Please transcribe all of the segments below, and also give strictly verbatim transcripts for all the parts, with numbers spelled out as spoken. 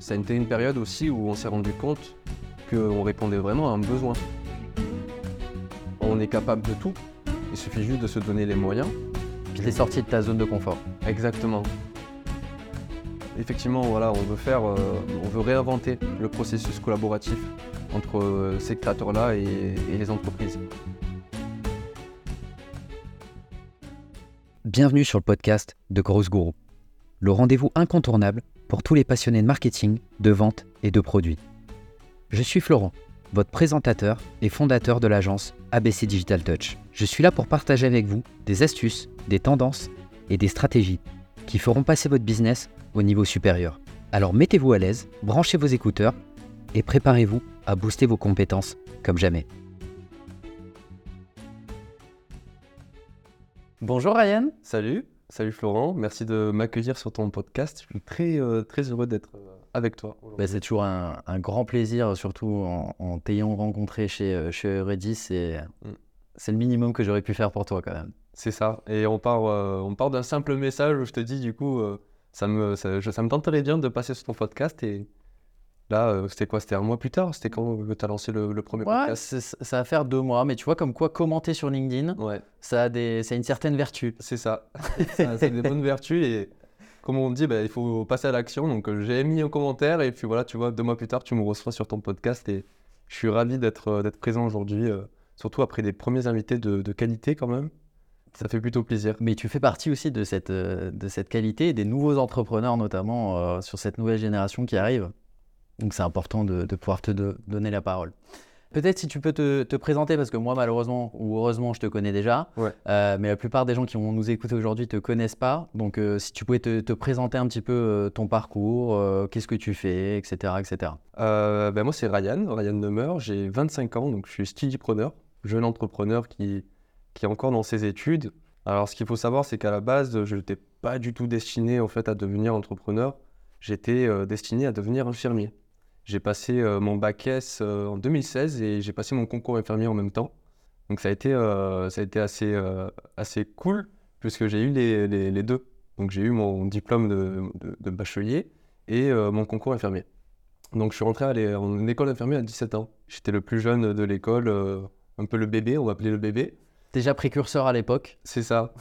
ça a été une période aussi où on s'est rendu compte qu'on répondait vraiment à un besoin. On est capable de tout, il suffit juste de se donner les moyens. Puis t'es sorti de ta zone de confort. Exactement. Effectivement, voilà, on veut faire, euh, on veut réinventer le processus collaboratif entre euh, ces créateurs-là et, et les entreprises. Bienvenue sur le podcast de Growth Guru, le rendez-vous incontournable pour tous les passionnés de marketing, de vente et de produits. Je suis Florent, votre présentateur et fondateur de l'agence A B C Digital Touch. Je suis là pour partager avec vous des astuces, des tendances et des stratégies qui feront passer votre business au niveau supérieur. Alors mettez-vous à l'aise, branchez vos écouteurs et préparez-vous à booster vos compétences comme jamais. Bonjour Ryan. Salut, salut Florent, merci de m'accueillir sur ton podcast. Je suis très, euh, très heureux d'être euh, avec toi. Bah, c'est toujours un, un grand plaisir, surtout en, en t'ayant rencontré chez, chez Redis. C'est, Mm. c'est le minimum que j'aurais pu faire pour toi quand même. C'est ça, et on part, euh, on part d'un simple message où je te dis du coup, euh, ça, me, ça, je- ça me tenterait bien de passer sur ton podcast. Et là, euh, c'était quoi? C'était un mois plus tard? C'était quand que tu as lancé le, le premier Ouais, podcast? c'est- ça va faire deux mois, mais tu vois comme quoi commenter sur LinkedIn, Ouais, ça a, des, ça a une certaine vertu. c'est ça. Ça, ça a des bonnes vertus et comme on dit, bah, il faut passer à l'action. Donc euh, j'ai mis un commentaire et puis voilà, tu vois, deux mois plus tard, tu me reçois sur ton podcast et je suis ravi d'être euh, d'être présent aujourd'hui, euh, surtout après des premiers invités de, de qualité quand même. Ça fait plutôt plaisir. Mais tu fais partie aussi de cette, euh, de cette qualité et des nouveaux entrepreneurs, notamment euh, sur cette nouvelle génération qui arrive. Donc c'est important de, de pouvoir te de- donner la parole. Peut-être si tu peux te, te présenter, parce que moi malheureusement ou heureusement je te connais déjà, Ouais. euh, mais la plupart des gens qui vont nous écouter aujourd'hui ne te connaissent pas. Donc euh, si tu pouvais te, te présenter un petit peu euh, ton parcours, euh, qu'est-ce que tu fais, et cetera et cetera. Euh, ben moi, c'est Ryan, Ryan Neumer. J'ai vingt-cinq ans, donc je suis studipreneur, jeune entrepreneur qui, qui est encore dans ses études. Alors, ce qu'il faut savoir, c'est qu'à la base, je n'étais pas du tout destiné en fait à devenir entrepreneur. J'étais euh, destiné à devenir infirmier. J'ai passé euh, mon bac S euh, en deux mille seize et j'ai passé mon concours infirmier en même temps. Donc, ça a été, euh, ça a été assez, euh, assez cool puisque j'ai eu les, les, les deux. Donc, j'ai eu mon diplôme de, de, de bachelier et euh, mon concours infirmier. Donc, je suis rentré à l'é- en école infirmière à dix-sept ans. J'étais le plus jeune de l'école, euh, un peu le bébé, on m'appelait le bébé. Déjà précurseur à l'époque. C'est ça.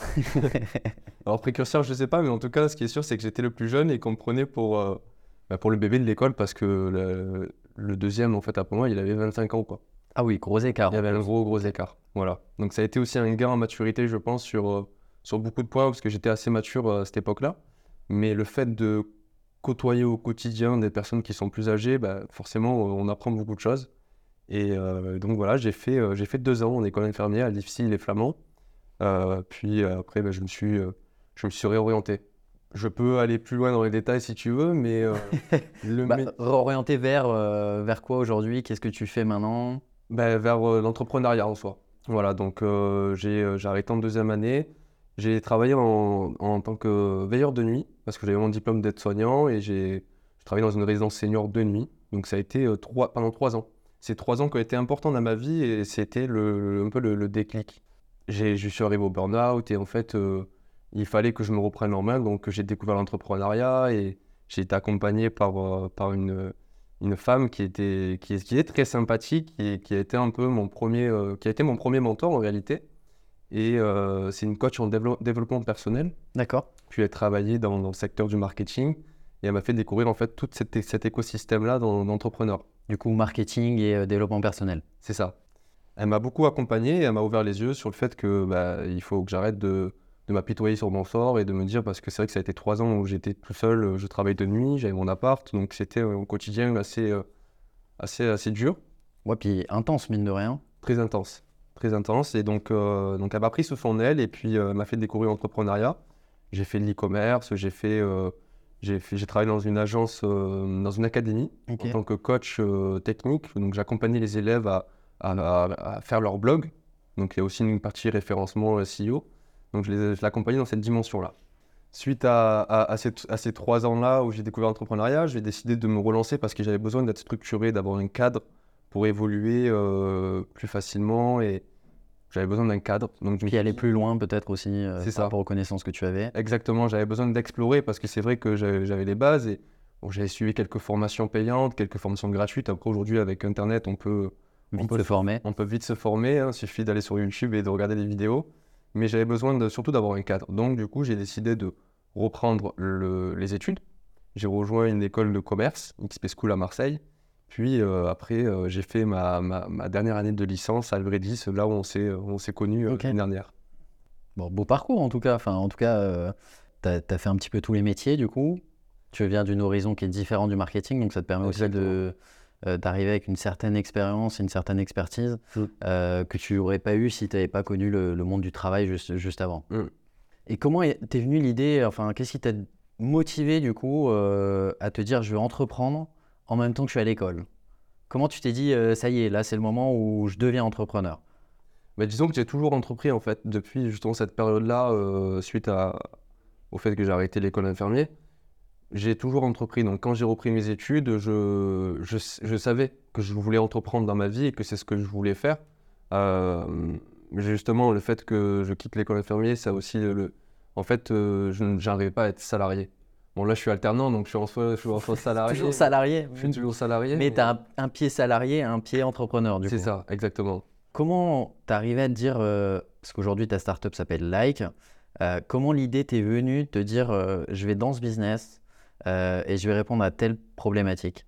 Alors, précurseur, je sais pas, mais en tout cas, ce qui est sûr, c'est que j'étais le plus jeune et qu'on me prenait pour, euh, bah, pour le bébé de l'école parce que le, le deuxième, en fait, après moi, il avait vingt-cinq ans, quoi. Ah oui, gros écart. Il y avait un gros, gros écart. Voilà. Donc, ça a été aussi un gain en maturité, je pense, sur, euh, sur beaucoup de points parce que j'étais assez mature euh, à cette époque-là. Mais le fait de côtoyer au quotidien des personnes qui sont plus âgées, bah, forcément, on apprend beaucoup de choses. Et euh, donc voilà, j'ai fait, euh, j'ai fait deux ans en école infirmière à l'IFSI les Flamands. Euh, puis euh, après, bah, je me suis, euh, je me suis réorienté. Je peux aller plus loin dans les détails si tu veux, mais euh, le Bah, mé- réorienté vers, euh, vers quoi aujourd'hui? Qu'est-ce que tu fais maintenant? bah, vers euh, l'entrepreneuriat en soi. Voilà, donc euh, j'ai, euh, j'ai arrêté en deuxième année. J'ai travaillé en, en tant que veilleur de nuit parce que j'avais mon diplôme d'aide-soignant et j'ai, j'ai travaillé dans une résidence senior de nuit. Donc ça a été euh, trois, pendant trois ans. Ces trois ans qui ont été importants dans ma vie et c'était le, le- un peu le, le déclic. J'ai, je suis arrivé au burn-out et en fait, euh, il fallait que je me reprenne en main. Donc j'ai découvert l'entrepreneuriat et j'ai été accompagné par, euh, par une, une femme qui était, qui, est- qui est très sympathique et qui a été un peu mon premier, euh, qui a été mon premier mentor en réalité. Et euh, c'est une coach en dévelop- développement personnel. D'accord. Puis elle travaillait dans, dans le secteur du marketing et elle m'a fait découvrir en fait tout cet, é- cet écosystème-là dans- d'entrepreneurs. Du coup, marketing et euh, développement personnel. C'est ça. Elle m'a beaucoup accompagné et elle m'a ouvert les yeux sur le fait que bah, il faut que j'arrête de, de m'apitoyer sur mon sort et de me dire, parce que c'est vrai que ça a été trois ans où j'étais tout seul, euh, je travaillais de nuit, j'avais mon appart, donc c'était euh, un quotidien assez, euh, assez, assez dur, Ouais, puis intense, mine de rien. très intense. Très intense. Et donc, euh, donc elle m'a pris sous son aile et puis euh, elle m'a fait découvrir l'entrepreneuriat. J'ai fait de l'e-commerce, j'ai fait, euh, j'ai fait, j'ai travaillé dans une agence, euh, dans une académie Ok. en tant que coach euh, technique. Donc j'accompagnais les élèves à, à, à- à faire leur blog. Donc il y a aussi une partie référencement S E O. Donc je les- je l'accompagnais dans cette dimension-là. Suite à, à, à ces, à ces trois ans-là où j'ai découvert l'entrepreneuriat, j'ai décidé de me relancer parce que j'avais besoin d'être structuré, d'avoir un cadre pour évoluer euh, plus facilement et j'avais besoin d'un cadre. Donc je me Puis suis aller dit- plus loin peut-être aussi euh, C'est par ça. rapport aux connaissances que tu avais. Exactement, j'avais besoin d'explorer parce que c'est vrai que j'avais j'avais les bases et Bon, j'avais suivi quelques formations payantes, quelques formations gratuites. Après, aujourd'hui, avec Internet, on peut, on Vite peut, se former. on peut vite se former. Hein. Il suffit d'aller sur YouTube et de regarder des vidéos. Mais j'avais besoin de, surtout d'avoir un cadre. Donc, du coup, j'ai décidé de reprendre le- les études. J'ai rejoint une école de commerce, X P School à Marseille. Puis euh, après, euh, j'ai fait ma, ma, ma dernière année de licence à Alvredis, là où on s'est, on s'est connus euh, Ok. l'année dernière. Bon, beau parcours en tout cas. Enfin, en tout cas, euh, tu as fait un petit peu tous les métiers du coup. Tu viens d'une horizon qui est différent du marketing, donc ça te permet aussi de, euh, d'arriver avec une certaine expérience, une certaine expertise Mm. euh, que tu n'aurais pas eu si tu n'avais pas connu le, le monde du travail juste, juste avant. Mm. Et comment est- t'es venue l'idée, enfin, qu'est-ce qui t'a motivé du coup euh, à te dire je vais entreprendre en même temps que je suis à l'école? Comment tu t'es dit euh, ça y est, là c'est le moment où je deviens entrepreneur? Mais disons que j'ai toujours entrepris en fait, depuis justement cette période-là, euh, suite à, au fait que j'ai arrêté l'école d'infirmier. J'ai toujours entrepris. Donc, quand j'ai repris mes études, je, je, je savais que je voulais entreprendre dans ma vie et que c'est ce que je voulais faire. Euh, mais justement, le fait que je quitte l'école infirmier, ça aussi, le, le- en fait, euh, je n'arrivais pas à être salarié. Bon, là, je suis alternant, donc je suis en soi, je suis en soi salarié. Toujours salarié, Je suis toujours salarié. mais mais- tu as un, un pied salarié et un pied entrepreneur du coup. C'est ça, exactement. Comment t'es arrivé à te dire, euh, parce qu'aujourd'hui ta startup s'appelle Like, euh, comment l'idée t'est venue de te dire euh, je vais dans ce business euh, et je vais répondre à telle problématique?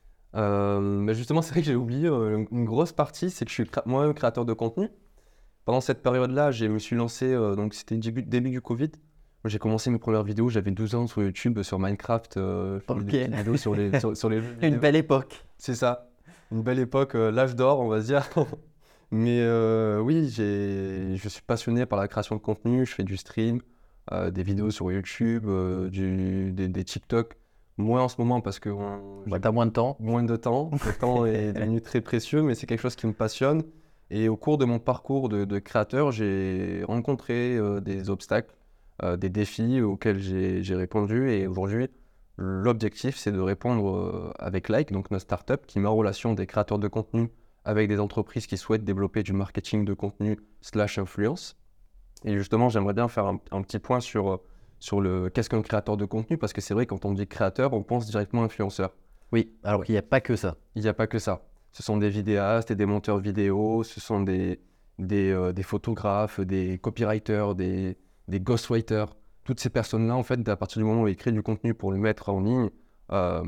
Euh, mais justement, c'est vrai que j'ai oublié euh, une grosse partie, c'est que je suis cré- moi-même créateur de contenu. Pendant cette période-là, je me suis lancé, euh, donc c'était début, début du Covid. Moi, j'ai commencé mes premières vidéos, j'avais douze ans sur YouTube, sur Minecraft, euh, je faisais Ok. des petites vidéos sur les, sur, sur les jeux vidéo. Une belle époque. C'est ça, une belle époque, euh, l'âge d'or, on va se dire. Mais euh, oui, j'ai, je suis passionné par la création de contenu, je fais du stream, euh, des vidéos sur YouTube, euh, du, des, des TikTok. Moins en ce moment parce que on- Bah, j'ai t'as moins de temps. moins de temps. Le temps est devenu très précieux, mais c'est quelque chose qui me passionne. Et au cours de mon parcours de, de créateur, j'ai rencontré euh, des obstacles, euh, des défis auxquels j'ai j'ai répondu. Et aujourd'hui, l'objectif, c'est de répondre euh, avec Like, donc notre startup, qui met en relation des créateurs de contenu avec des entreprises qui souhaitent développer du marketing de contenu slash influence. Et justement, j'aimerais bien faire un, un petit point sur, euh, sur le qu'est-ce qu'un créateur de contenu, parce que c'est vrai, quand on dit créateur, on pense directement influenceur. Oui, alors qu'il n'y a pas que ça. Il n'y a pas que ça. Ce sont des vidéastes et des monteurs vidéo, ce sont des, des, euh, des photographes, des copywriters, des, des ghostwriters. Toutes ces personnes-là, en fait, à partir du moment où ils créent du contenu pour le mettre en ligne, euh,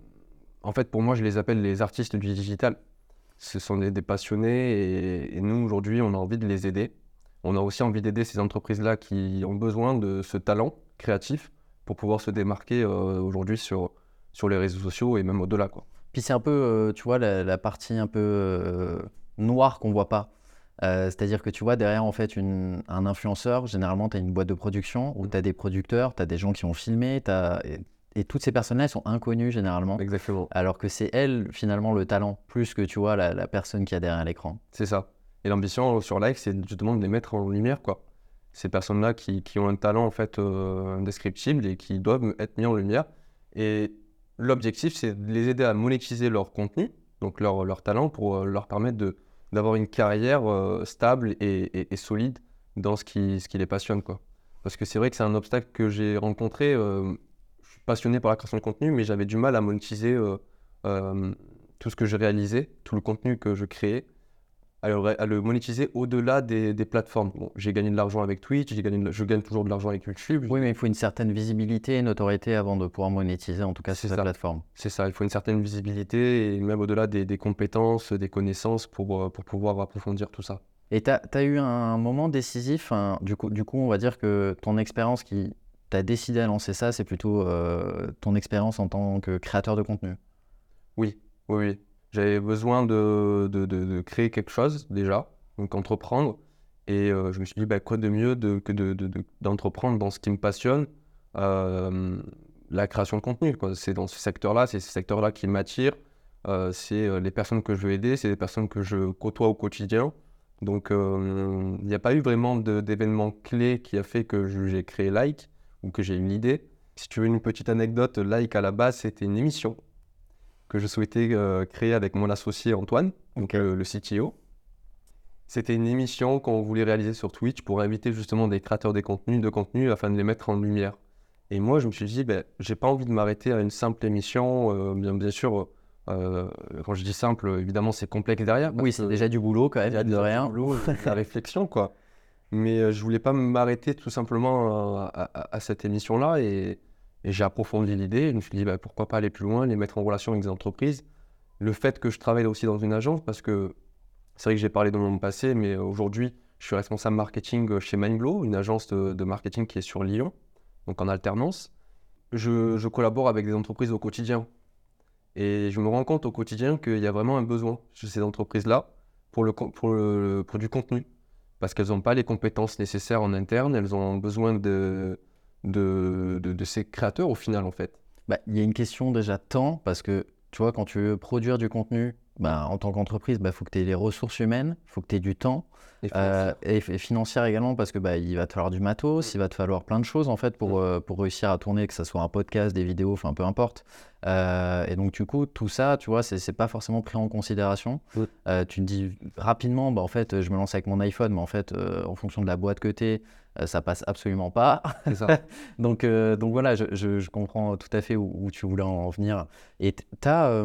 en fait, pour moi, je les appelle les artistes du digital. Ce sont des, des passionnés et, et nous, aujourd'hui, on a envie de les aider. On a aussi envie d'aider ces entreprises-là qui ont besoin de ce talent créatif pour pouvoir se démarquer euh, aujourd'hui sur, sur les réseaux sociaux et même au-delà, quoi. Puis c'est un peu, euh, tu vois, la, la partie un peu euh, noire qu'on voit pas. Euh, c'est-à-dire que tu vois, derrière en fait une- un influenceur, généralement tu as une boîte de production où tu as des producteurs, tu as des gens qui ont filmé, t'as- et, et toutes ces personnes-là, elles sont inconnues généralement. Exactement. Alors que c'est elles, finalement, le talent, plus que tu vois la, la personne qui a derrière l'écran. C'est ça. Et l'ambition sur Like, c'est justement de les mettre en lumière, quoi. Ces personnes-là qui, qui ont un talent en fait euh, indescriptible et qui doivent être mis en lumière. Et l'objectif, c'est de les aider à monétiser leur contenu, donc leur, leur talent, pour euh, leur permettre de, d'avoir une carrière euh, stable et, et- et solide dans ce qui, ce qui les passionne, quoi. Parce que c'est vrai que c'est un obstacle que j'ai rencontré. Euh, je suis passionné par la création de contenu, mais j'avais du mal à monétiser euh, euh, tout ce que je réalisais, tout le contenu que je créais, à le, à le monétiser au-delà des, des plateformes. Bon, j'ai gagné de l'argent avec Twitch, j'ai gagné de- je gagne toujours de l'argent avec YouTube. Oui, mais il faut une certaine visibilité et notoriété avant de pouvoir monétiser, en tout cas C'est sur cette ça. plateforme. C'est ça, il faut une certaine visibilité et même au-delà des, des compétences, des connaissances pour, euh, pour pouvoir approfondir tout ça. Et tu as eu un moment décisif, hein, du coup, du coup, on va dire que ton expérience qui t'a décidé à lancer ça, c'est plutôt euh, ton expérience en tant que créateur de contenu. Oui, oui, oui. J'avais besoin de, de, de- de créer quelque chose déjà, donc entreprendre. Et euh, je me suis dit, bah, quoi de mieux de- que de, de- de- d'entreprendre dans ce qui me passionne, euh, la création de contenu, quoi. C'est dans ce secteur-là, c'est ce secteur-là qui m'attire. Euh, c'est euh, les personnes que je veux aider, c'est les personnes que je côtoie au quotidien. Donc, euh, il n'y a pas eu vraiment de- d'événement clé qui a fait que je- j'ai créé Like ou que j'ai eu l'idée. Si tu veux une petite anecdote, Like à la base, c'était une émission que je souhaitais euh, créer avec mon associé Antoine, donc Ok. le, le C T O. C'était une émission qu'on voulait réaliser sur Twitch pour inviter justement des créateurs des contenus, de contenu afin de les mettre en lumière. Et moi, je me suis dit, ben, j'ai pas envie de m'arrêter à une simple émission. Euh, bien, bien sûr, euh, quand je dis simple, évidemment, c'est complexe derrière. Oui, c'est déjà du boulot quand même, Il y a de déjà rien. du boulot, de la réflexion, quoi. Mais euh, je voulais pas m'arrêter tout simplement à, à- à cette émission-là. Et, et j'ai approfondi l'idée. Je me suis dit, ben, pourquoi pas aller plus loin, les mettre en relation avec des entreprises. Le fait que je travaille aussi dans une agence, parce que c'est vrai que j'ai parlé de mon passé, mais aujourd'hui, je suis responsable marketing chez Mindblow, une agence de, de marketing qui est sur Lyon, donc en alternance. Je, je collabore avec des entreprises au quotidien. Et je me rends compte au quotidien qu'il y a vraiment un besoin chez ces entreprises-là pour, le, con- pour, le- pour du contenu. Parce qu'elles n'ont pas les compétences nécessaires en interne, elles ont besoin de, de, de, de ces créateurs au final, en fait. Bah, il y a une question déjà de temps, parce que tu vois, quand tu veux produire du contenu, bah, en tant qu'entreprise, il faut que tu aies les ressources humaines, il faut que tu aies du temps, Et euh, financière. et, et financière également, parce que bah, il va te falloir du matos, il va te falloir plein de choses en fait pour, Mm. euh, pour réussir à tourner, que ce soit un podcast, des vidéos, enfin peu importe. Euh, et donc du coup, tout ça, tu vois, c'est c'est pas forcément pris en considération. Mm. Euh, tu te dis rapidement, bah, en fait, je me lance avec mon iPhone, mais en fait, euh, en fonction de la boîte que tu es, ça passe absolument pas. C'est ça. Donc, euh, donc voilà, je, je- je comprends tout à fait où, où tu voulais en venir. Et tu as,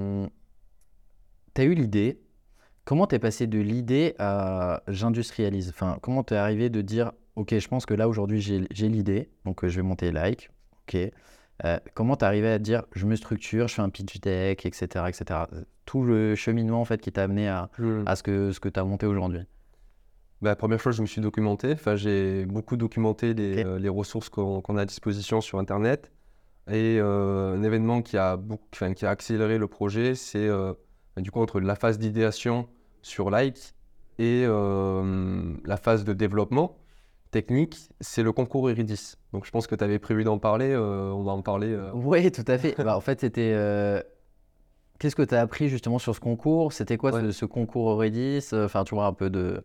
eu l'idée. Comment t'es passé de l'idée à j'industrialise? Enfin, comment t'es arrivé de dire, OK, je pense que là, aujourd'hui, j'ai j'ai l'idée, donc euh, je vais monter Like. OK. Euh, comment t'es arrivé à dire, je me structure, je fais un pitch deck, et cetera, et cetera. Euh, Tout le cheminement, en fait, qui t'a amené à, Mm. à ce que, ce que tu as monté aujourd'hui. Bah, première chose, je me suis documenté. Enfin, j'ai beaucoup documenté les, OK. euh, les ressources qu'on qu'on a à disposition sur Internet. Et euh, un événement qui a, beaucoup, enfin, qui a accéléré le projet, c'est euh, bah, du coup entre la phase d'idéation sur Like et euh, la phase de développement technique, c'est le concours Iridis. Donc je pense que tu avais prévu d'en parler, euh, on va en parler. euh. Oui, tout à fait. Bah, en fait, c'était. euh, Qu'est-ce que tu as appris justement sur ce concours? C'était quoi Ouais. ce, ce concours Eurydice? Enfin, tu vois, un peu de.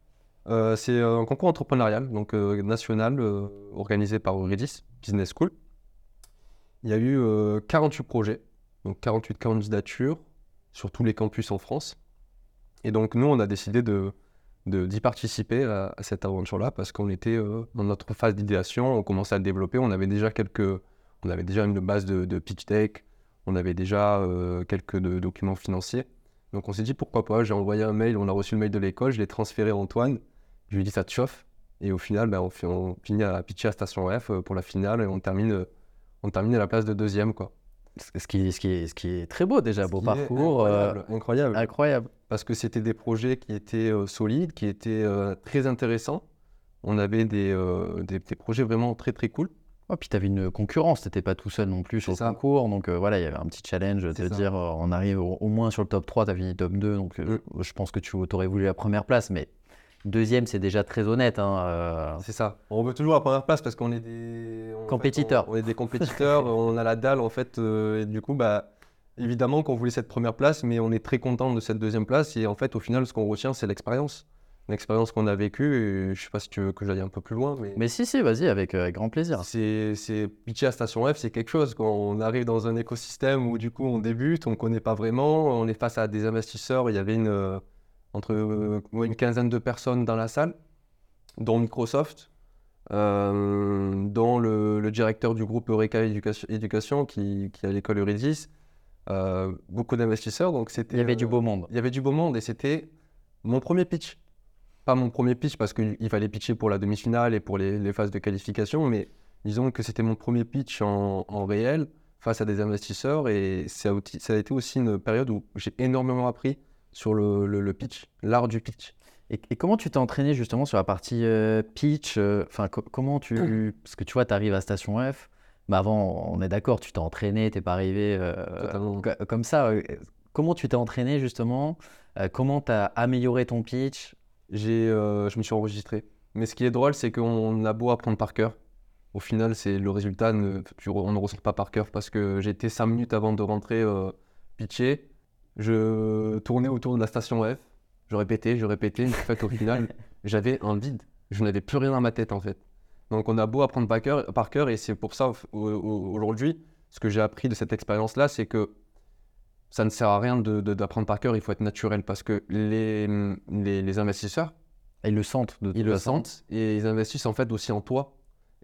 Euh, c'est un concours entrepreneurial, donc euh, national, euh, organisé par Iridis Business School. Il y a eu euh, quarante-huit projets, donc quarante-huit candidatures sur tous les campus en France. Et donc nous, on a décidé de, de- d'y participer à, à cette aventure-là parce qu'on était euh, dans notre phase d'idéation, on commençait à le développer, on avait déjà quelques, on avait déjà une base de, de pitch deck, on avait déjà euh, quelques de- documents financiers. Donc on s'est dit pourquoi pas, j'ai envoyé un mail, on a reçu le mail de l'école, je l'ai transféré à Antoine, je lui ai dit ça te chauffe. Et au final, ben, on, fait- on finit à pitcher à Station F euh, pour la finale et on termine, euh, on termine à la place de deuxième, quoi. Ce qui, ce qui est, ce qui est très beau déjà, Ce beau qui est parcours. euh, incroyable, incroyable. incroyable. Parce que c'était des projets qui étaient euh, solides, qui étaient euh, très intéressants. On avait des, euh, des, des projets vraiment très très cool. Oh, puis tu avais une concurrence, tu n'étais pas tout seul non plus sur C'est le ça. concours. Donc euh, voilà, il y avait un petit challenge de C'est ça. dire euh, on arrive au, au moins sur le top trois, tu as fini top deux. Donc euh, je pense que tu aurais voulu la première place, mais deuxième, c'est déjà très honnête. Hein, euh. C'est ça. On veut toujours la première place parce qu'on est des en fait, Compétiteurs. on, on est des compétiteurs, on a la dalle en fait. euh, et du coup, bah, évidemment qu'on voulait cette première place, mais on est très content de cette deuxième place. Et en fait, au final, ce qu'on retient, c'est l'expérience. L'expérience qu'on a vécue. Et je sais pas si tu veux que j'aille un peu plus loin, mais. Mais si, si, vas-y, avec, euh, avec grand plaisir. C'est, c'est pitcher à Station F, c'est quelque chose. Quand on arrive dans un écosystème où du coup on débute, on ne connaît pas vraiment, on est face à des investisseurs. Il y avait une, euh, entre euh, ouais, une quinzaine de personnes dans la salle, dont Microsoft, euh, dont le, le directeur du groupe Eureka Éducation, Éducation qui, qui est à l'école Eurydice, euh, beaucoup d'investisseurs. Donc c'était, Il y avait du euh, beau monde. il y avait du beau monde et c'était mon premier pitch. Pas mon premier pitch parce qu'il fallait pitcher pour la demi-finale et pour les, les phases de qualification, mais disons que c'était mon premier pitch en, en réel face à des investisseurs et ça a, outi- ça a été aussi une période où j'ai énormément appris sur le, le- le pitch, l'art du pitch. Et, et comment tu t'es entraîné justement sur la partie euh, pitch? euh, Enfin, co- comment tu. Parce que tu vois, tu arrives à Station F. Bah avant, on est d'accord, tu t'es entraîné, t'es pas arrivé euh, Totalement. co- comme ça. euh, Comment tu t'es entraîné justement? Euh, Comment tu as amélioré ton pitch? J'ai, euh, je me suis enregistré. Mais ce qui est drôle, c'est qu'on a beau apprendre par cœur. Au final, c'est le résultat, ne- tu re- on ne ressort pas par cœur parce que j'étais cinq minutes avant de rentrer euh, pitcher. Je tournais autour de la station F. Je répétais, je répétais. Mais en fait, au final, j'avais un vide. Je n'avais plus rien dans ma tête, en fait. Donc, on a beau apprendre par cœur, par cœur et c'est pour ça, au- au- aujourd'hui, ce que j'ai appris de cette expérience-là, c'est que ça ne sert à rien de- de- d'apprendre par cœur, il faut être naturel parce que les, les, les investisseurs, Ils le sentent de toute ils le façon. sentent et ils investissent en fait aussi en toi.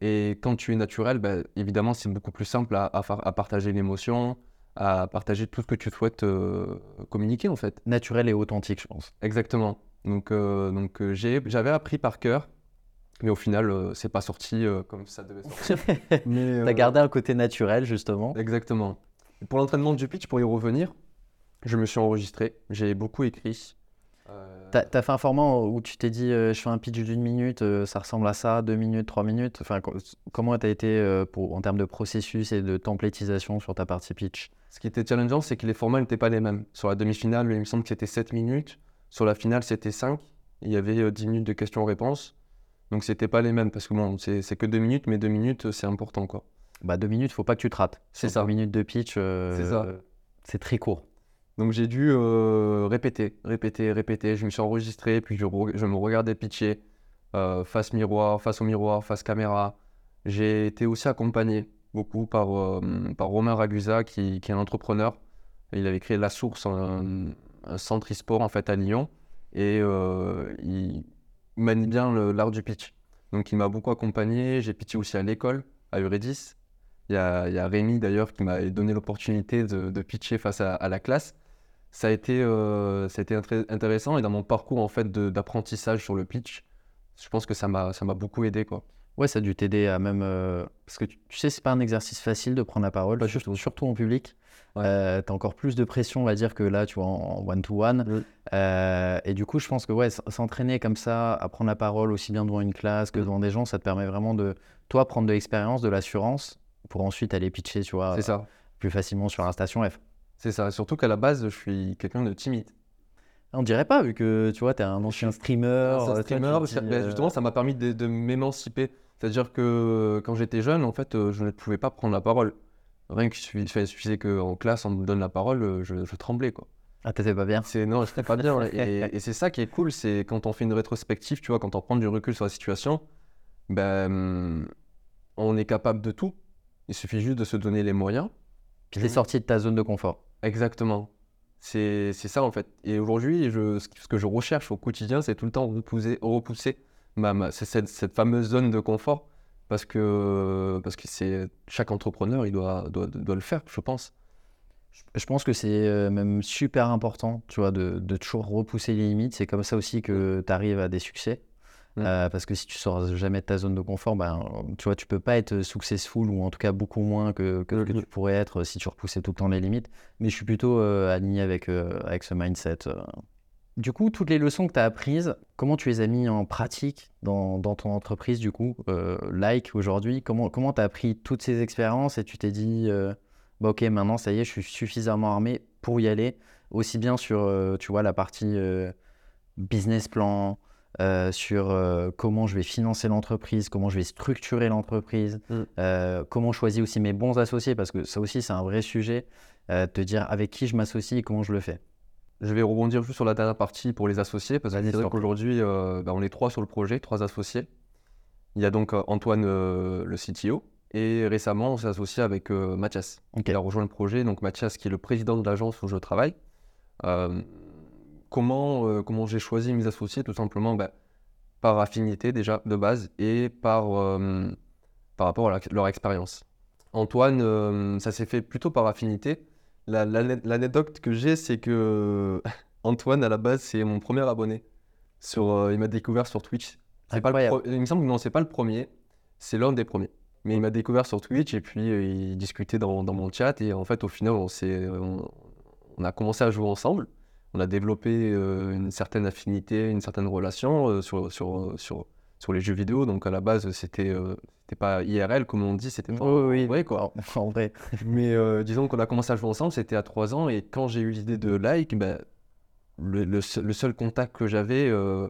Et quand tu es naturel, bah, évidemment, c'est beaucoup plus simple à, à, fa- à partager l'émotion, à partager tout ce que tu souhaites euh, communiquer, en fait. Naturel et authentique, je pense. Exactement. Donc, euh, donc euh, j'ai, j'avais appris par cœur, mais au final, euh, c'est pas sorti euh, comme ça devait sortir. Mais, T'as euh, gardé un côté naturel, justement. exactement. Et pour l'entraînement du pitch, pour y revenir, je me suis enregistré, j'ai beaucoup écrit. Euh, T'as, t'as fait un format où tu t'es dit, euh, je fais un pitch d'une minute, euh, ça ressemble à ça, deux minutes, trois minutes. Enfin, co- comment t'as été euh, pour, en termes de processus et de templétisation sur ta partie pitch? Ce qui était challengeant, c'est que les formats n'étaient pas les mêmes. Sur la demi-finale, il me semble que c'était sept minutes. Sur la finale, c'était cinq. Il y avait euh, dix minutes de questions-réponses. Donc, c'était pas les mêmes parce que bon, c'est c'est que deux minutes, mais deux minutes, euh, c'est important, quoi. Bah, deux minutes, faut pas que tu te rates. C'est Sur ça. deux minutes de pitch, euh, C'est ça. euh, c'est très court. Donc, j'ai dû euh, répéter, répéter, répéter. Je me suis enregistré, puis je, re- je me regardais pitcher euh, face miroir, face au miroir, face caméra. J'ai été aussi accompagné beaucoup par, euh, par Romain Ragusa, qui, qui est un entrepreneur. Il avait créé La Source, un, un centre e-sport en fait à Lyon, et euh, il manie bien le- l'art du pitch. Donc il m'a beaucoup accompagné. J'ai pitché aussi à l'école, à Uredis. Il y a, il y a Rémi d'ailleurs qui m'a donné l'opportunité de, de pitcher face à, à la classe. Ça a été, euh, ça a été intré- intéressant, et dans mon parcours en fait de- d'apprentissage sur le pitch, je pense que ça m'a ça m'a beaucoup aidé, quoi. Ouais, ça a dû t'aider à même. euh, Parce que tu, tu sais, c'est pas un exercice facile de prendre la parole, Pas du sur- tout. surtout en public. Ouais. Euh, t'as encore plus de pression, on va dire, que là, tu vois, en one-to-one. Mm. Euh, et du coup, je pense que ouais, s- s'entraîner comme ça, à prendre la parole aussi bien devant une classe que Mm. devant des gens, ça te permet vraiment de, toi, prendre de l'expérience, de l'assurance, pour ensuite aller pitcher, tu vois, C'est ça, plus facilement sur un station F. c'est ça. Surtout qu'à la base, je suis quelqu'un de timide. On dirait pas, vu que tu vois, t'es un ancien streamer. Un euh, tu vois, streamer, tu te parce que, dis, ben, euh, justement, ça m'a permis de, de m'émanciper. C'est-à-dire que euh, quand j'étais jeune, en fait, euh, je ne pouvais pas prendre la parole. Rien qu'il suffi- enfin, il suffisait qu'en classe, on me donne la parole, euh, je, je tremblais, quoi. Ah, t'étais pas bien. C'est, non, je n'étais pas bien. Et, et c'est ça qui est cool, c'est quand on fait une rétrospective, tu vois, quand on prend du recul sur la situation, ben, hum, on est capable de tout. Il suffit juste de se donner les moyens. Puis t'es sorti de ta zone de confort. Exactement. C'est c'est ça en fait. Et aujourd'hui, je, ce que ce que je recherche au quotidien, c'est tout le temps repousser, repousser ma, ma- c'est cette, cette fameuse zone de confort. Parce que, parce que c'est, chaque entrepreneur, il doit, doit, doit le faire, je pense. Je je pense que c'est euh, même super important, tu vois, de, de toujours repousser les limites. C'est comme ça aussi que tu arrives à des succès. Mm. Euh, parce que si tu sors jamais de ta zone de confort, ben, tu vois, tu peux pas être successful ou en tout cas beaucoup moins que, que ce que Mhm. tu pourrais être si tu repoussais tout le temps les limites. Mais je suis plutôt euh, aligné avec, euh, avec ce mindset. euh. Du coup, toutes les leçons que tu as apprises, comment tu les as mis en pratique dans, dans ton entreprise, du coup, euh, Like aujourd'hui? Comment comment tu as appris toutes ces expériences et tu t'es dit, euh, bah, ok, maintenant, ça y est, je suis suffisamment armé pour y aller, aussi bien sur, euh, tu vois, la partie euh, business plan, euh, sur euh, comment je vais financer l'entreprise, comment je vais structurer l'entreprise, Mm. euh, comment choisir aussi mes bons associés, parce que ça aussi, c'est un vrai sujet, euh, te dire avec qui je m'associe et comment je le fais. Je vais rebondir juste sur la dernière partie pour les associés, parce que Vas-y, c'est s'il vrai te plaît. qu'aujourd'hui, euh, bah, on est trois sur le projet, trois associés. Il y a donc euh, Antoine, euh, le C T O, et récemment, on s'est associé avec euh, Mathias. Ok. Il a rejoint le projet, donc Mathias, qui est le président de l'agence où je travaille. Euh, comment euh, comment j'ai choisi mes associés? Tout simplement, bah, par affinité déjà de base, et par, euh, par rapport à la- leur expérience. Antoine, euh, ça s'est fait plutôt par affinité. La- l'ane- L'anecdote que j'ai, c'est que Antoine, à la base, c'est mon premier abonné. Sur, euh, il m'a découvert sur Twitch. C'est pas le Incroyable. pro- Il me semble que non, c'est pas le premier, c'est l'un des premiers. Mais il m'a découvert sur Twitch, et puis euh, il discutait dans, dans mon chat, et en fait, au final, on s'est, on, on a commencé à jouer ensemble. On a développé euh, une certaine affinité, une certaine relation euh, sur, sur, sur, sur les jeux vidéo. Donc à la base, c'était euh, c'était pas I R L comme on dit, c'était pas Oui, oui, en vrai, quoi. En, en vrai. Mais euh, disons qu'on a commencé à jouer ensemble, c'était à trois ans. Et quand j'ai eu l'idée de Like, ben, le, le seul, le seul contact que j'avais euh,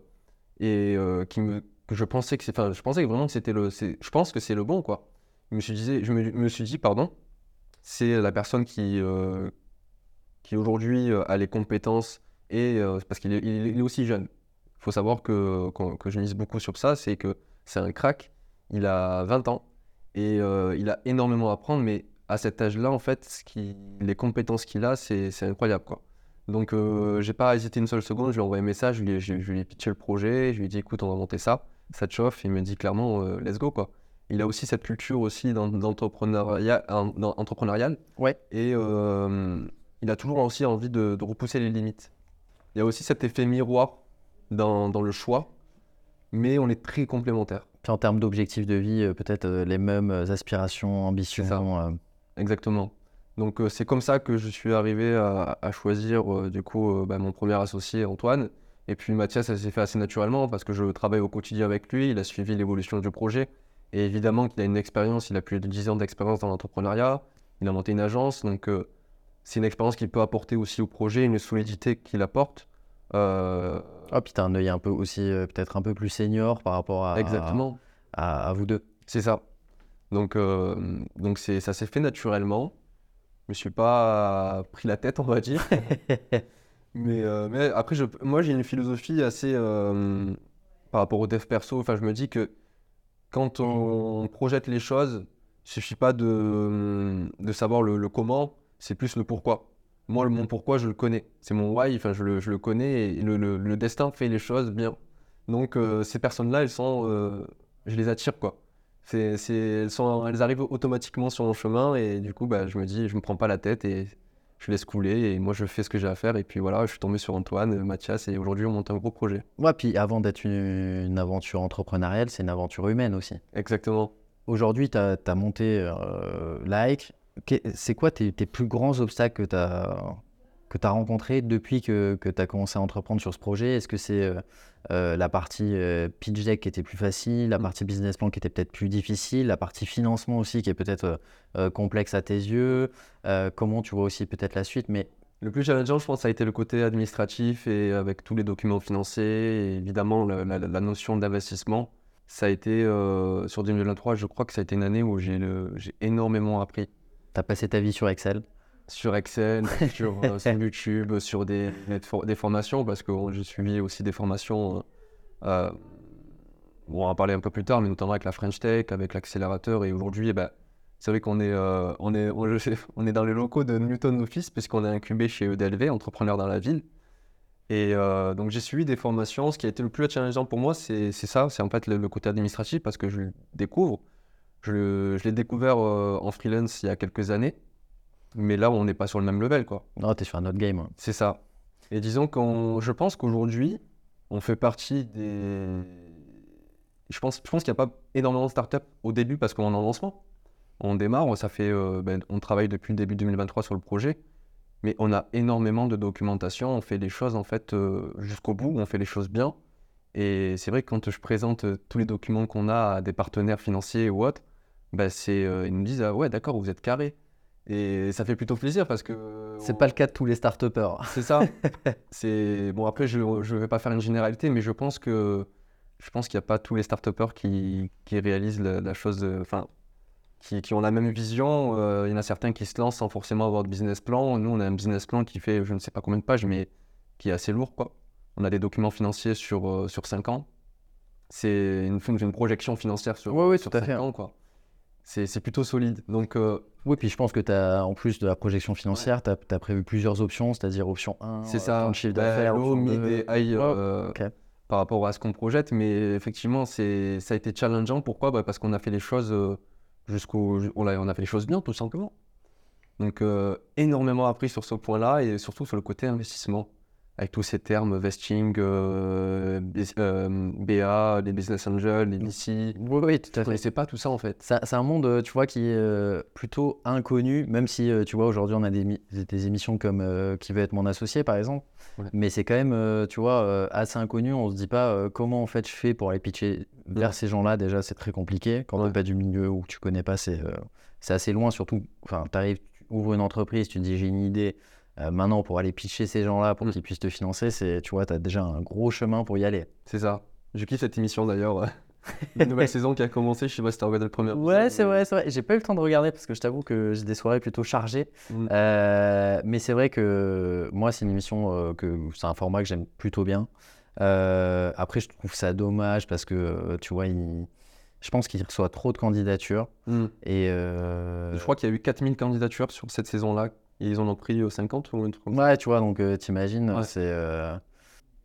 et euh, qui me, que je pensais que c'est, enfin, je pensais vraiment que c'était le, c'est, je pense que c'est le bon, quoi. Je me suis dit, je me, me suis dit, pardon, c'est la personne qui, euh, qui aujourd'hui euh, a les compétences, et euh, parce qu'il est, il est- il est aussi jeune. Il faut savoir que, que, que je mise beaucoup sur ça, c'est que c'est un crack, il a vingt ans, et euh, il a énormément à apprendre, mais à cet âge-là, en fait, ce qui, les compétences qu'il a, c'est c'est incroyable, quoi. Donc, euh, j'ai pas hésité une seule seconde, je lui ai envoyé un message, je lui, ai- je, je lui ai pitché le projet, je lui ai dit, écoute, on va monter ça, ça te chauffe, il me dit clairement, euh, let's go, quoi. il a aussi cette culture aussi d'en- d'entrepreneuriat, en- dans- entrepreneuriale. Ouais. Et euh, il a toujours aussi envie de, de repousser les limites. Il y a aussi cet effet miroir dans, dans le choix, mais on est très complémentaires. Puis en termes d'objectifs de vie, euh, peut-être euh, les mêmes euh, aspirations, ambitions. C'est ça. euh, Exactement. Donc euh, c'est comme ça que je suis arrivé à, à choisir euh, du coup euh, bah, mon premier associé Antoine. Et puis Mathias, ça s'est fait assez naturellement parce que je travaille au quotidien avec lui, il a suivi l'évolution du projet. Et évidemment qu'il a une expérience, il a plus de dix ans d'expérience dans l'entrepreneuriat, il a monté une agence, donc euh, c'est une expérience qu'il peut apporter aussi au projet, une solidité qu'il apporte. Euh, Ah, puis t'as un œil un peu aussi, euh, peut-être un peu plus senior par rapport à, exactement, à, à vous deux. c'est ça. Donc, euh, donc c'est, ça s'est fait naturellement. Je me suis pas pris la tête, on va dire. Mais, euh, mais après, je, moi, j'ai une philosophie assez euh, par rapport au dev perso. Enfin, je me dis que quand on projette les choses, il suffit pas de, de savoir le, le comment, c'est plus le pourquoi. Moi, le, mon pourquoi, je le connais. C'est mon why, enfin, je le, je le connais et le, le, le destin fait les choses bien. Donc, euh, ces personnes-là, elles sont, euh, je les attire, quoi. C'est, c'est, elles sont, elles arrivent automatiquement sur mon chemin et du coup, bah, je me dis, je me prends pas la tête et je laisse couler et moi, je fais ce que j'ai à faire. Et puis voilà, je suis tombé sur Antoine, euh, Mathias et aujourd'hui, on monte un gros projet. Ouais, puis avant d'être une, une aventure entrepreneuriale, c'est une aventure humaine aussi. Exactement. Aujourd'hui, tu as monté euh, Like. Que- C'est quoi tes, tes plus grands obstacles que tu as que tu as rencontrés depuis que, que tu as commencé à entreprendre sur ce projet? Est-ce que c'est euh, euh, la partie euh, pitch deck qui était plus facile, la Mm. partie business plan qui était peut-être plus difficile, la partie financement aussi qui est peut-être euh, euh, complexe à tes yeux? Euh, comment tu vois aussi peut-être la suite? Mais Le plus challengeant, je pense, ça a été le côté administratif et avec tous les documents financiers et évidemment la, la- la notion d'investissement. Ça a été, euh, sur deux mille vingt-trois, je crois que ça a été une année où j'ai le- j'ai énormément appris tu as passé ta vie sur Excel. sur Excel, sur, euh, sur YouTube, sur des, des for- des formations parce que bon, j'ai suivi aussi des formations. euh, euh, bon, on va en parler un peu plus tard, mais notamment avec la French Tech, avec l'accélérateur. Et aujourd'hui, eh ben, c'est vrai qu'on est, euh, on est, on, je sais- on est dans les locaux de Newton Office puisqu'on est incubé chez E D L V, entrepreneur dans la ville. Et euh, donc j'ai suivi des formations. Ce qui a été le plus challengeant pour moi, c'est c'est ça, c'est en fait le, le côté administratif parce que je le découvre. Je, le- je l'ai découvert euh, en freelance il y a quelques années, mais là on n'est pas sur le même level, quoi. Non, tu es sur un autre game. Ouais. C'est ça. Et disons qu'on, je pense qu'aujourd'hui, on fait partie des. Je pense, je pense qu'il n'y a pas énormément de startups au début parce qu'on est en lancement. On démarre, ça fait, euh, ben, on travaille depuis le début deux mille vingt-trois sur le projet. Mais on a énormément de documentation, on fait les choses en fait euh, jusqu'au bout, on fait les choses bien. Et c'est vrai que quand je présente euh, tous les documents qu'on a à des partenaires financiers ou autres, bah c'est, euh, ils nous disent ah ouais d'accord vous êtes carré. Et ça fait plutôt plaisir parce que C'est on- pas le cas de tous les start-upers. c'est ça. C'est bon après je ne vais pas faire une généralité, mais je pense que je pense qu'il n'y a pas tous les start-upers qui, qui réalisent la, la chose, de- enfin qui, qui ont la même vision. Euh, il y en a certains qui se lancent sans forcément avoir de business plan. Nous, on a un business plan qui fait je ne sais pas combien de pages, mais qui est assez lourd, quoi. On a des documents financiers sur, euh, sur cinq ans. C'est une, une projection financière sur, Ouais, ouais, sur tout à cinq fait. ans, quoi. C'est, c'est plutôt solide. Donc, euh, Oui, puis je pense que tu as, en plus de la projection financière, tu as, prévu plusieurs options, c'est-à-dire option un, c'est euh, ça. plan de chiffre Ben, d'affaires, low, option mid deux. et high Ouais, euh, ok. par rapport à ce qu'on projette. Mais effectivement, c'est, ça a été challengeant. Pourquoi? Bah, parce qu'on a fait les choses euh, jusqu'au... On a, on a fait les choses bien, tout simplement. Donc, euh, énormément appris sur ce point-là et surtout sur le côté investissement. Avec tous ces termes, vesting, euh, B- euh, B A, les business angels, les V C. Oui, oui, tout Je à ne fait. connaissais pas tout ça en fait. Ça- C'est un monde, euh, tu vois, qui est euh, plutôt inconnu, même si, euh, tu vois, aujourd'hui, on a des, mi- des émissions comme euh, Qui veut être mon associé, par exemple. Ouais. Mais c'est quand même, euh, tu vois, euh, assez inconnu. On se dit pas euh, comment, en fait, je fais pour aller pitcher vers Ouais. ces gens-là. Déjà, c'est très compliqué. Quand Ouais. t'es pas du milieu ou que tu connais pas, c'est euh, c'est assez loin. Surtout, enfin, tu arrives, tu ouvres une entreprise, tu te dis, j'ai une idée. Euh, maintenant, pour aller pitcher ces gens-là, pour Mm. qu'ils puissent te financer, c'est, tu vois, tu as déjà un gros chemin pour y aller. C'est ça. Je kiffe cette émission d'ailleurs. La nouvelle saison qui a commencé, je sais pas si t'as regardé le premier épisode. Ouais, c'est mais- vrai, c'est vrai. J'ai pas eu le temps de regarder parce que je t'avoue que j'ai des soirées plutôt chargées. Mm. Euh, mais c'est vrai que moi, c'est une émission euh, que c'est un format que j'aime plutôt bien. Euh, après, je trouve ça dommage parce que euh, tu vois, il- je pense qu'il reçoit trop de candidatures. Mm. Et euh, Je crois qu'il y a eu quatre mille candidatures sur cette saison-là et ils en ont pris euh, cinquante ou un truc comme ça. ouais, tu vois, donc euh, t'imagines, Ouais. c'est. euh,